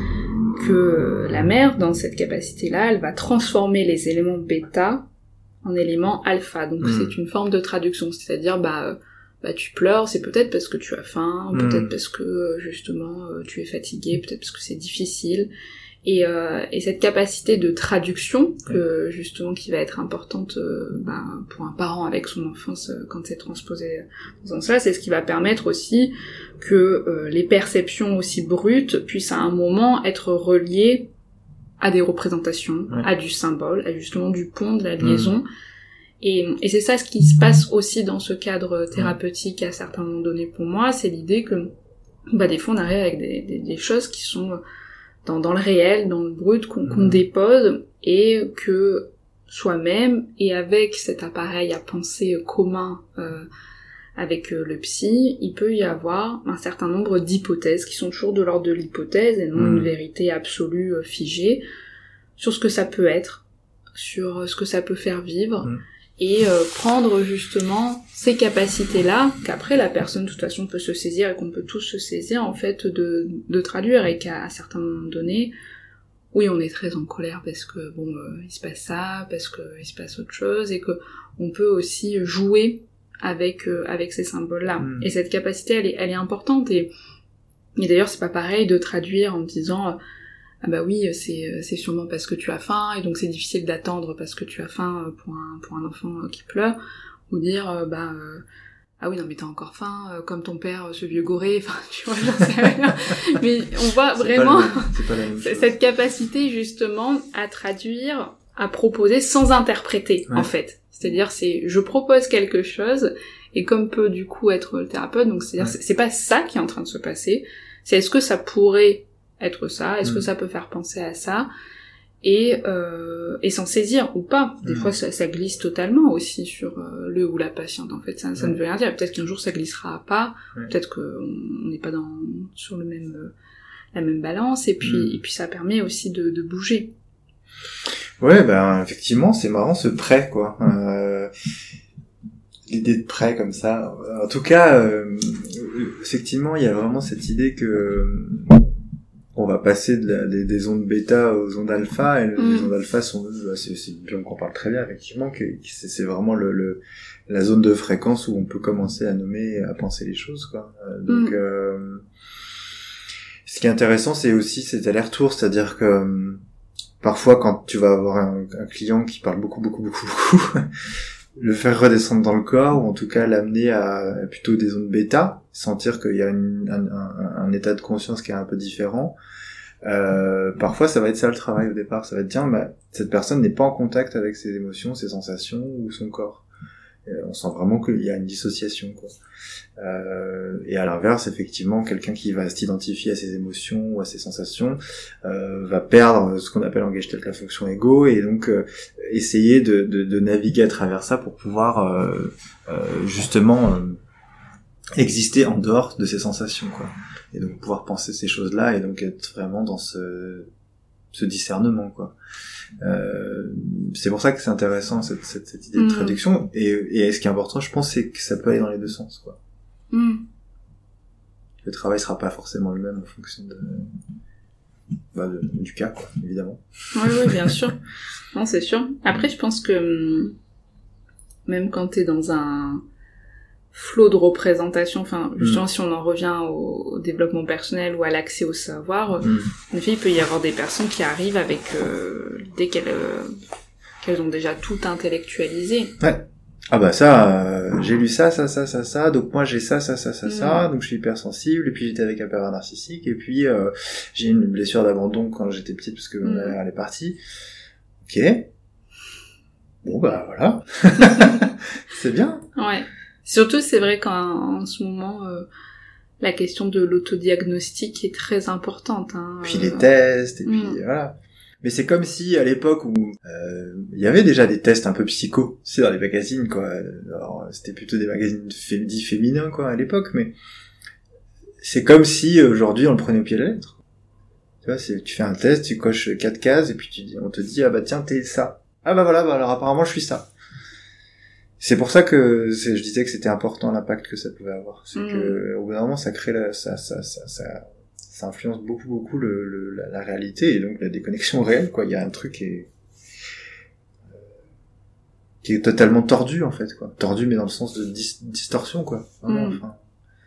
que la mère, dans cette capacité-là, elle va transformer les éléments bêta en éléments alpha. Donc mmh. c'est une forme de traduction, c'est-à-dire bah, bah tu pleures, c'est peut-être parce que tu as faim, mmh. peut-être parce que justement tu es fatigué, peut-être parce que c'est difficile. Et, euh, et cette capacité de traduction, que, justement, qui va être importante euh, ben, pour un parent avec son enfance euh, quand c'est transposé dans ça, c'est ce qui va permettre aussi que euh, les perceptions aussi brutes puissent à un moment être reliées à des représentations, ouais. à du symbole, à justement du pont, de la liaison. Mmh. Et, et c'est ça ce qui se passe aussi dans ce cadre thérapeutique à certains moments donnés pour moi, c'est l'idée que bah, des fois on arrive avec des, des, des choses qui sont... Dans, dans le réel, dans le brut qu'on, qu'on dépose, et que soi-même, et avec cet appareil à penser commun euh, avec euh, le psy, il peut y avoir un certain nombre d'hypothèses qui sont toujours de l'ordre de l'hypothèse et non mmh. une vérité absolue euh, figée sur ce que ça peut être, sur ce que ça peut faire vivre, mmh. et euh, prendre justement ces capacités-là, qu'après la personne de toute façon peut se saisir et qu'on peut tous se saisir en fait de, de traduire, et qu'à certains moments donnés, oui on est très en colère parce que bon euh, il se passe ça, parce que il se passe autre chose, et que on peut aussi jouer avec euh, avec ces symboles-là. Mmh. Et cette capacité elle est elle est importante, et, et d'ailleurs c'est pas pareil de traduire en disant euh, ah bah oui, c'est c'est sûrement parce que tu as faim, et donc c'est difficile d'attendre parce que tu as faim pour un pour un enfant qui pleure, ou dire euh, bah euh, ah oui non mais t'as encore faim, euh, comme ton père, ce vieux goré, enfin tu vois, j'en sais rien. Mais on voit c'est vraiment pas le, c'est pas cette capacité justement à traduire, à proposer sans interpréter, ouais. en fait. C'est-à-dire c'est je propose quelque chose, et comme peut du coup être le thérapeute, donc c'est-à-dire ouais. c'est, c'est pas ça qui est en train de se passer, c'est est-ce que ça pourrait être ça, est-ce mmh. que ça peut faire penser à ça, et euh, et s'en saisir ou pas. Des mmh. fois ça, ça glisse totalement aussi sur euh, le ou la patiente, en fait ça, ça mmh. ne veut rien dire, peut-être qu'un jour ça glissera pas, mmh. peut-être qu'on n'est pas dans sur le même euh, la même balance, et puis mmh. et puis ça permet aussi de, de bouger. Ouais, ben effectivement c'est marrant ce prêt, quoi. Euh... l'idée de prêt comme ça, en tout cas euh, effectivement il y a vraiment cette idée que on va passer de la, des, des ondes bêta aux ondes alpha, et mmh. les ondes alpha sont, c'est, c'est bien qu'on parle très bien effectivement, que, que c'est, c'est vraiment le, le la zone de fréquence où on peut commencer à nommer, à penser les choses, quoi. Euh, donc mmh. euh, ce qui est intéressant, c'est aussi cet aller-retour, c'est-à-dire que euh, parfois quand tu vas avoir un, un client qui parle beaucoup beaucoup beaucoup beaucoup, le faire redescendre dans le corps, ou en tout cas l'amener à, à plutôt des ondes bêta, sentir qu'il y a une, un, un, un état de conscience qui est un peu différent. Euh, parfois ça va être ça le travail au départ, ça va être tiens, bah, cette personne n'est pas en contact avec ses émotions, ses sensations ou son corps. Et on sent vraiment qu'il y a une dissociation, quoi. Euh, et à l'inverse, effectivement, quelqu'un qui va s'identifier à ses émotions ou à ses sensations euh, va perdre ce qu'on appelle en Gestalt la fonction ego, et donc euh, essayer de, de, de naviguer à travers ça pour pouvoir euh, euh, justement euh, exister en dehors de ses sensations, quoi. Et donc pouvoir penser ces choses-là, et donc être vraiment dans ce, ce discernement, quoi. Euh, c'est pour ça que c'est intéressant cette, cette, cette idée mmh. de traduction, et, et ce qui est important, je pense, c'est que ça peut aller dans les deux sens, quoi. Mmh. Le travail sera pas forcément le même en fonction de, bah, de du cas, quoi, évidemment. Oui, oui, bien sûr. Non, c'est sûr. Après, je pense que même quand t'es dans un flot de représentation, enfin justement mmh. si on en revient au, au développement personnel ou à l'accès au savoir, mmh. en effet il peut y avoir des personnes qui arrivent avec euh, l'idée qu'elles, euh, qu'elles ont déjà tout intellectualisé. Ouais. Ah bah ça, euh, j'ai lu ça, ça, ça, ça, ça, donc moi j'ai ça, ça, ça, ça, mmh. ça, donc je suis hypersensible, et puis j'étais avec un pervers narcissique, et puis euh, j'ai une blessure d'abandon quand j'étais petite parce que mmh. ma mère elle est partie. Ok. Bon bah voilà. C'est bien. Ouais. Surtout, c'est vrai qu'en en ce moment, euh, la question de l'autodiagnostic est très importante. Hein, puis euh... les tests, et puis mmh. voilà. Mais c'est comme si, à l'époque où euh, il y avait déjà des tests un peu psycho, c'est dans les magazines, quoi. Alors, c'était plutôt des magazines fé- dits féminins, quoi, à l'époque, mais c'est comme si, aujourd'hui, on le prenait au pied de la lettre. Tu vois, c'est, tu fais un test, tu coches quatre cases, et puis tu dis, on te dit, ah bah tiens, t'es ça. Ah bah voilà, bah alors apparemment, je suis ça. C'est pour ça que c'est, je disais que c'était important l'impact que ça pouvait avoir. C'est mmh. que au bout d'un moment, ça crée la, ça, ça, ça, ça, ça influence beaucoup, beaucoup le, le la, la réalité et donc la déconnexion réelle, quoi. Il y a un truc qui est euh, qui est totalement tordu en fait, quoi. Tordu, mais dans le sens de dis, distorsion, quoi. Vraiment, mmh. enfin.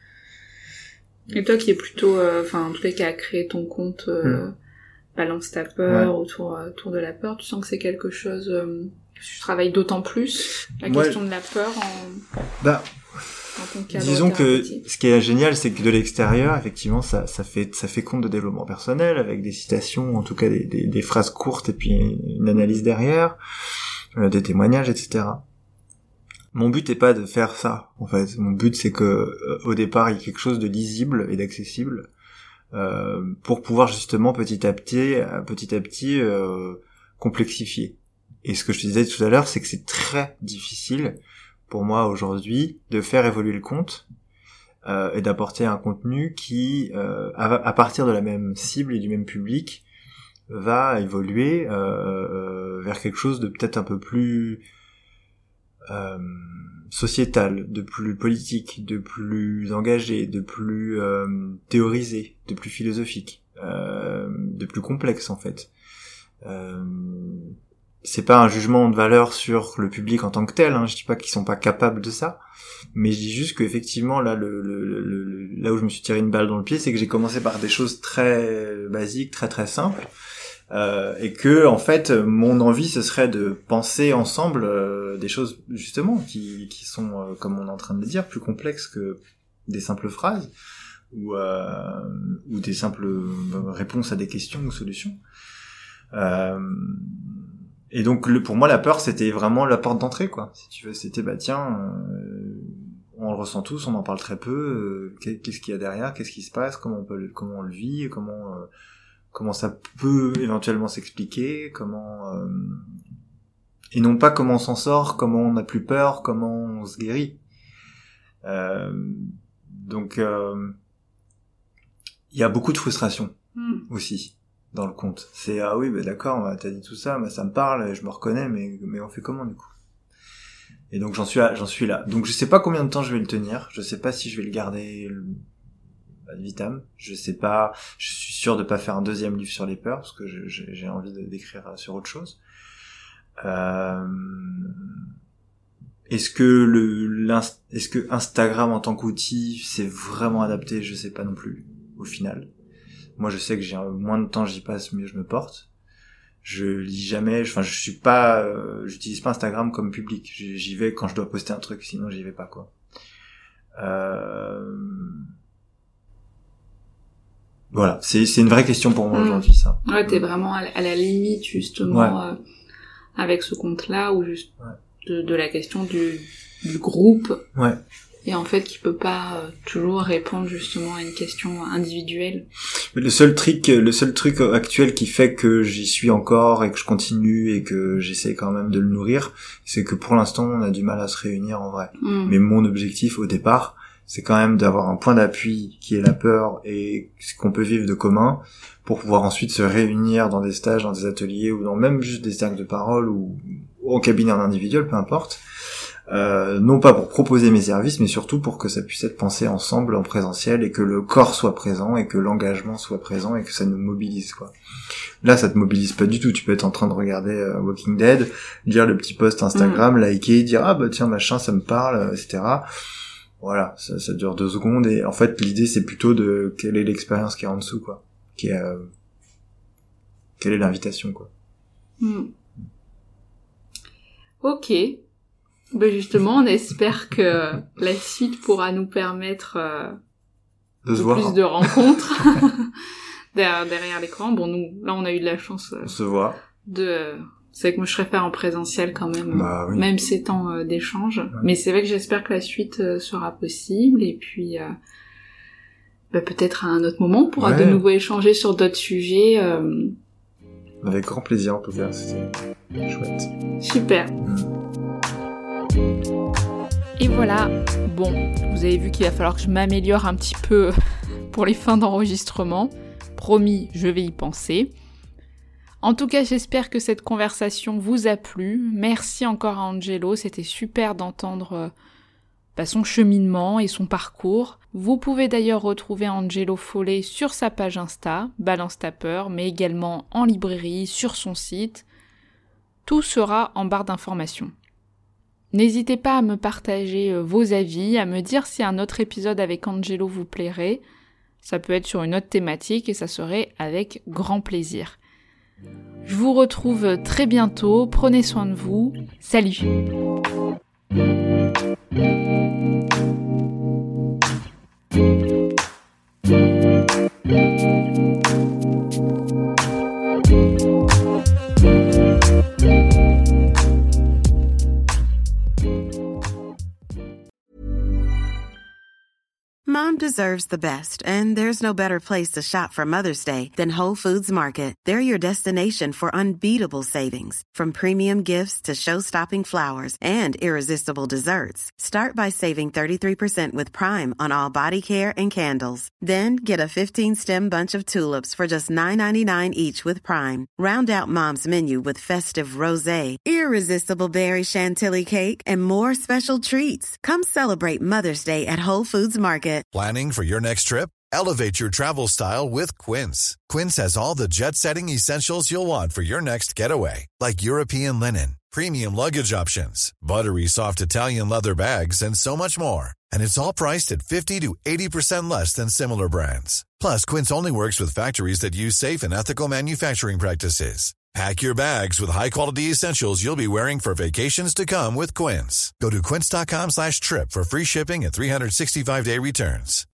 Et toi, qui est plutôt, enfin, euh, en tout cas, qui a créé ton compte euh, mmh. Balance ta peur, ouais. autour, autour de la peur, tu sens que c'est quelque chose. Euh, Tu travailles d'autant plus la Moi, question de la peur en, bah, en ton cadre disons que ce qui est génial, c'est que de l'extérieur, effectivement, ça, ça fait, ça fait compte de développement personnel avec des citations, en tout cas des, des, des phrases courtes et puis une analyse derrière, euh, des témoignages, et cetera. Mon but est pas de faire ça, en fait. Mon but, c'est que euh, au départ, il y ait quelque chose de lisible et d'accessible euh, pour pouvoir justement petit à petit, petit à petit, euh, complexifier. Et ce que je te disais tout à l'heure, c'est que c'est très difficile pour moi aujourd'hui de faire évoluer le compte euh, et d'apporter un contenu qui, euh, à, à partir de la même cible et du même public, va évoluer euh, euh, vers quelque chose de peut-être un peu plus euh, sociétal, de plus politique, de plus engagé, de plus euh, théorisé, de plus philosophique, euh, de plus complexe en fait. Euh, c'est pas un jugement de valeur sur le public en tant que tel, hein. Je dis pas qu'ils sont pas capables de ça, mais je dis juste qu'effectivement là le, le, le, le là où je me suis tiré une balle dans le pied, c'est que j'ai commencé par des choses très basiques, très très simples, euh, et que en fait mon envie ce serait de penser ensemble euh, des choses justement qui qui sont euh, comme on est en train de le dire plus complexes que des simples phrases ou euh, ou des simples réponses à des questions ou solutions. Euh, Et donc le, pour moi la peur c'était vraiment la porte d'entrée, quoi. Si tu veux, c'était bah tiens, euh, on le ressent tous, on en parle très peu. Euh, qu'est-ce qu'il y a derrière, qu'est-ce qui se passe, comment on peut, le, comment on le vit, comment euh, comment ça peut éventuellement s'expliquer, comment euh, et non pas comment on s'en sort, comment on n'a plus peur, comment on se guérit. Euh, donc il euh, y a beaucoup de frustration mmh. aussi. Dans le compte. C'est, ah oui, bah d'accord, bah, t'as dit tout ça, bah, ça me parle, je me reconnais, mais, mais on fait comment, du coup? Et donc, j'en suis là, j'en suis là. Donc, je sais pas combien de temps je vais le tenir. Je sais pas si je vais le garder ad vitam. Je sais pas, je suis sûr de pas faire un deuxième livre sur les peurs, parce que je, je, j'ai envie de, d'écrire sur autre chose. Euh, est-ce que le, l'inst... est-ce que Instagram en tant qu'outil, c'est vraiment adapté? Je sais pas non plus, au final. Moi, je sais que j'ai moins de temps j'y passe, mieux je me porte. Je lis jamais, enfin, je suis pas, euh, j'utilise pas Instagram comme public. J'y vais quand je dois poster un truc, sinon j'y vais pas, quoi. Euh... Voilà, c'est c'est une vraie question pour moi mmh. aujourd'hui, ça. Ouais, t'es vraiment à la, à la limite justement ouais. euh, avec ce compte-là, ou juste ouais. de, de la question du, du groupe. Ouais. Et en fait, qui peut pas euh, toujours répondre justement à une question individuelle. Le seul truc, le seul truc actuel qui fait que j'y suis encore et que je continue et que j'essaie quand même de le nourrir, c'est que pour l'instant, on a du mal à se réunir en vrai. Mmh. Mais mon objectif au départ, c'est quand même d'avoir un point d'appui qui est la peur et ce qu'on peut vivre de commun pour pouvoir ensuite se réunir dans des stages, dans des ateliers ou dans même juste des cercles de parole ou, ou en cabinet en individuel, peu importe. euh, non pas pour proposer mes services, mais surtout pour que ça puisse être pensé ensemble en présentiel et que le corps soit présent et que l'engagement soit présent et que ça nous mobilise, quoi. Là, ça te mobilise pas du tout. Tu peux être en train de regarder euh, Walking Dead, lire le petit post Instagram, mmh. liker, dire ah bah tiens machin ça me parle, et cetera. Voilà, ça, ça dure deux secondes et en fait l'idée c'est plutôt de quelle est l'expérience qui est en dessous, quoi, qui est euh, quelle est l'invitation, quoi. Mmh. Ok. Ben justement, on espère que la suite pourra nous permettre euh, de, se de voir. plus de rencontres derrière, derrière l'écran. Bon, nous, là, on a eu de la chance euh, on se voit. de... C'est que moi, je préfère en présentiel quand même, bah, oui. même ces temps euh, d'échange. Ouais. Mais c'est vrai que j'espère que la suite euh, sera possible. Et puis, euh, ben, peut-être à un autre moment, on pourra ouais. de nouveau échanger sur d'autres sujets. Euh... Avec grand plaisir, en tout cas. C'était chouette. Super. Mmh. Et voilà, bon, vous avez vu qu'il va falloir que je m'améliore un petit peu pour les fins d'enregistrement. Promis, je vais y penser. En tout cas, j'espère que cette conversation vous a plu. Merci encore à Angelo, c'était super d'entendre euh, bah, son cheminement et son parcours. Vous pouvez d'ailleurs retrouver Angelo Follet sur sa page Insta, Balance ta peur, mais également en librairie, sur son site. Tout sera en barre d'informations. N'hésitez pas à me partager vos avis, à me dire si un autre épisode avec Angelo vous plairait. Ça peut être sur une autre thématique et ça serait avec grand plaisir. Je vous retrouve très bientôt, prenez soin de vous, salut! Mom deserves the best, and there's no better place to shop for Mother's Day than Whole Foods Market. They're your destination for unbeatable savings, from premium gifts to show-stopping flowers and irresistible desserts. Start by saving thirty-three percent with Prime on all body care and candles. Then get a fifteen-stem bunch of tulips for just nine ninety-nine each with Prime. Round out Mom's menu with festive rosé, irresistible berry chantilly cake, and more special treats. Come celebrate Mother's Day at Whole Foods Market. Planning for your next trip? Elevate your travel style with Quince. Quince has all the jet-setting essentials you'll want for your next getaway, like European linen, premium luggage options, buttery soft Italian leather bags, and so much more. And it's all priced at fifty to eighty percent less than similar brands. Plus, Quince only works with factories that use safe and ethical manufacturing practices. Pack your bags with high-quality essentials you'll be wearing for vacations to come with Quince. Go to quince.com slash trip for free shipping and three sixty-five day returns.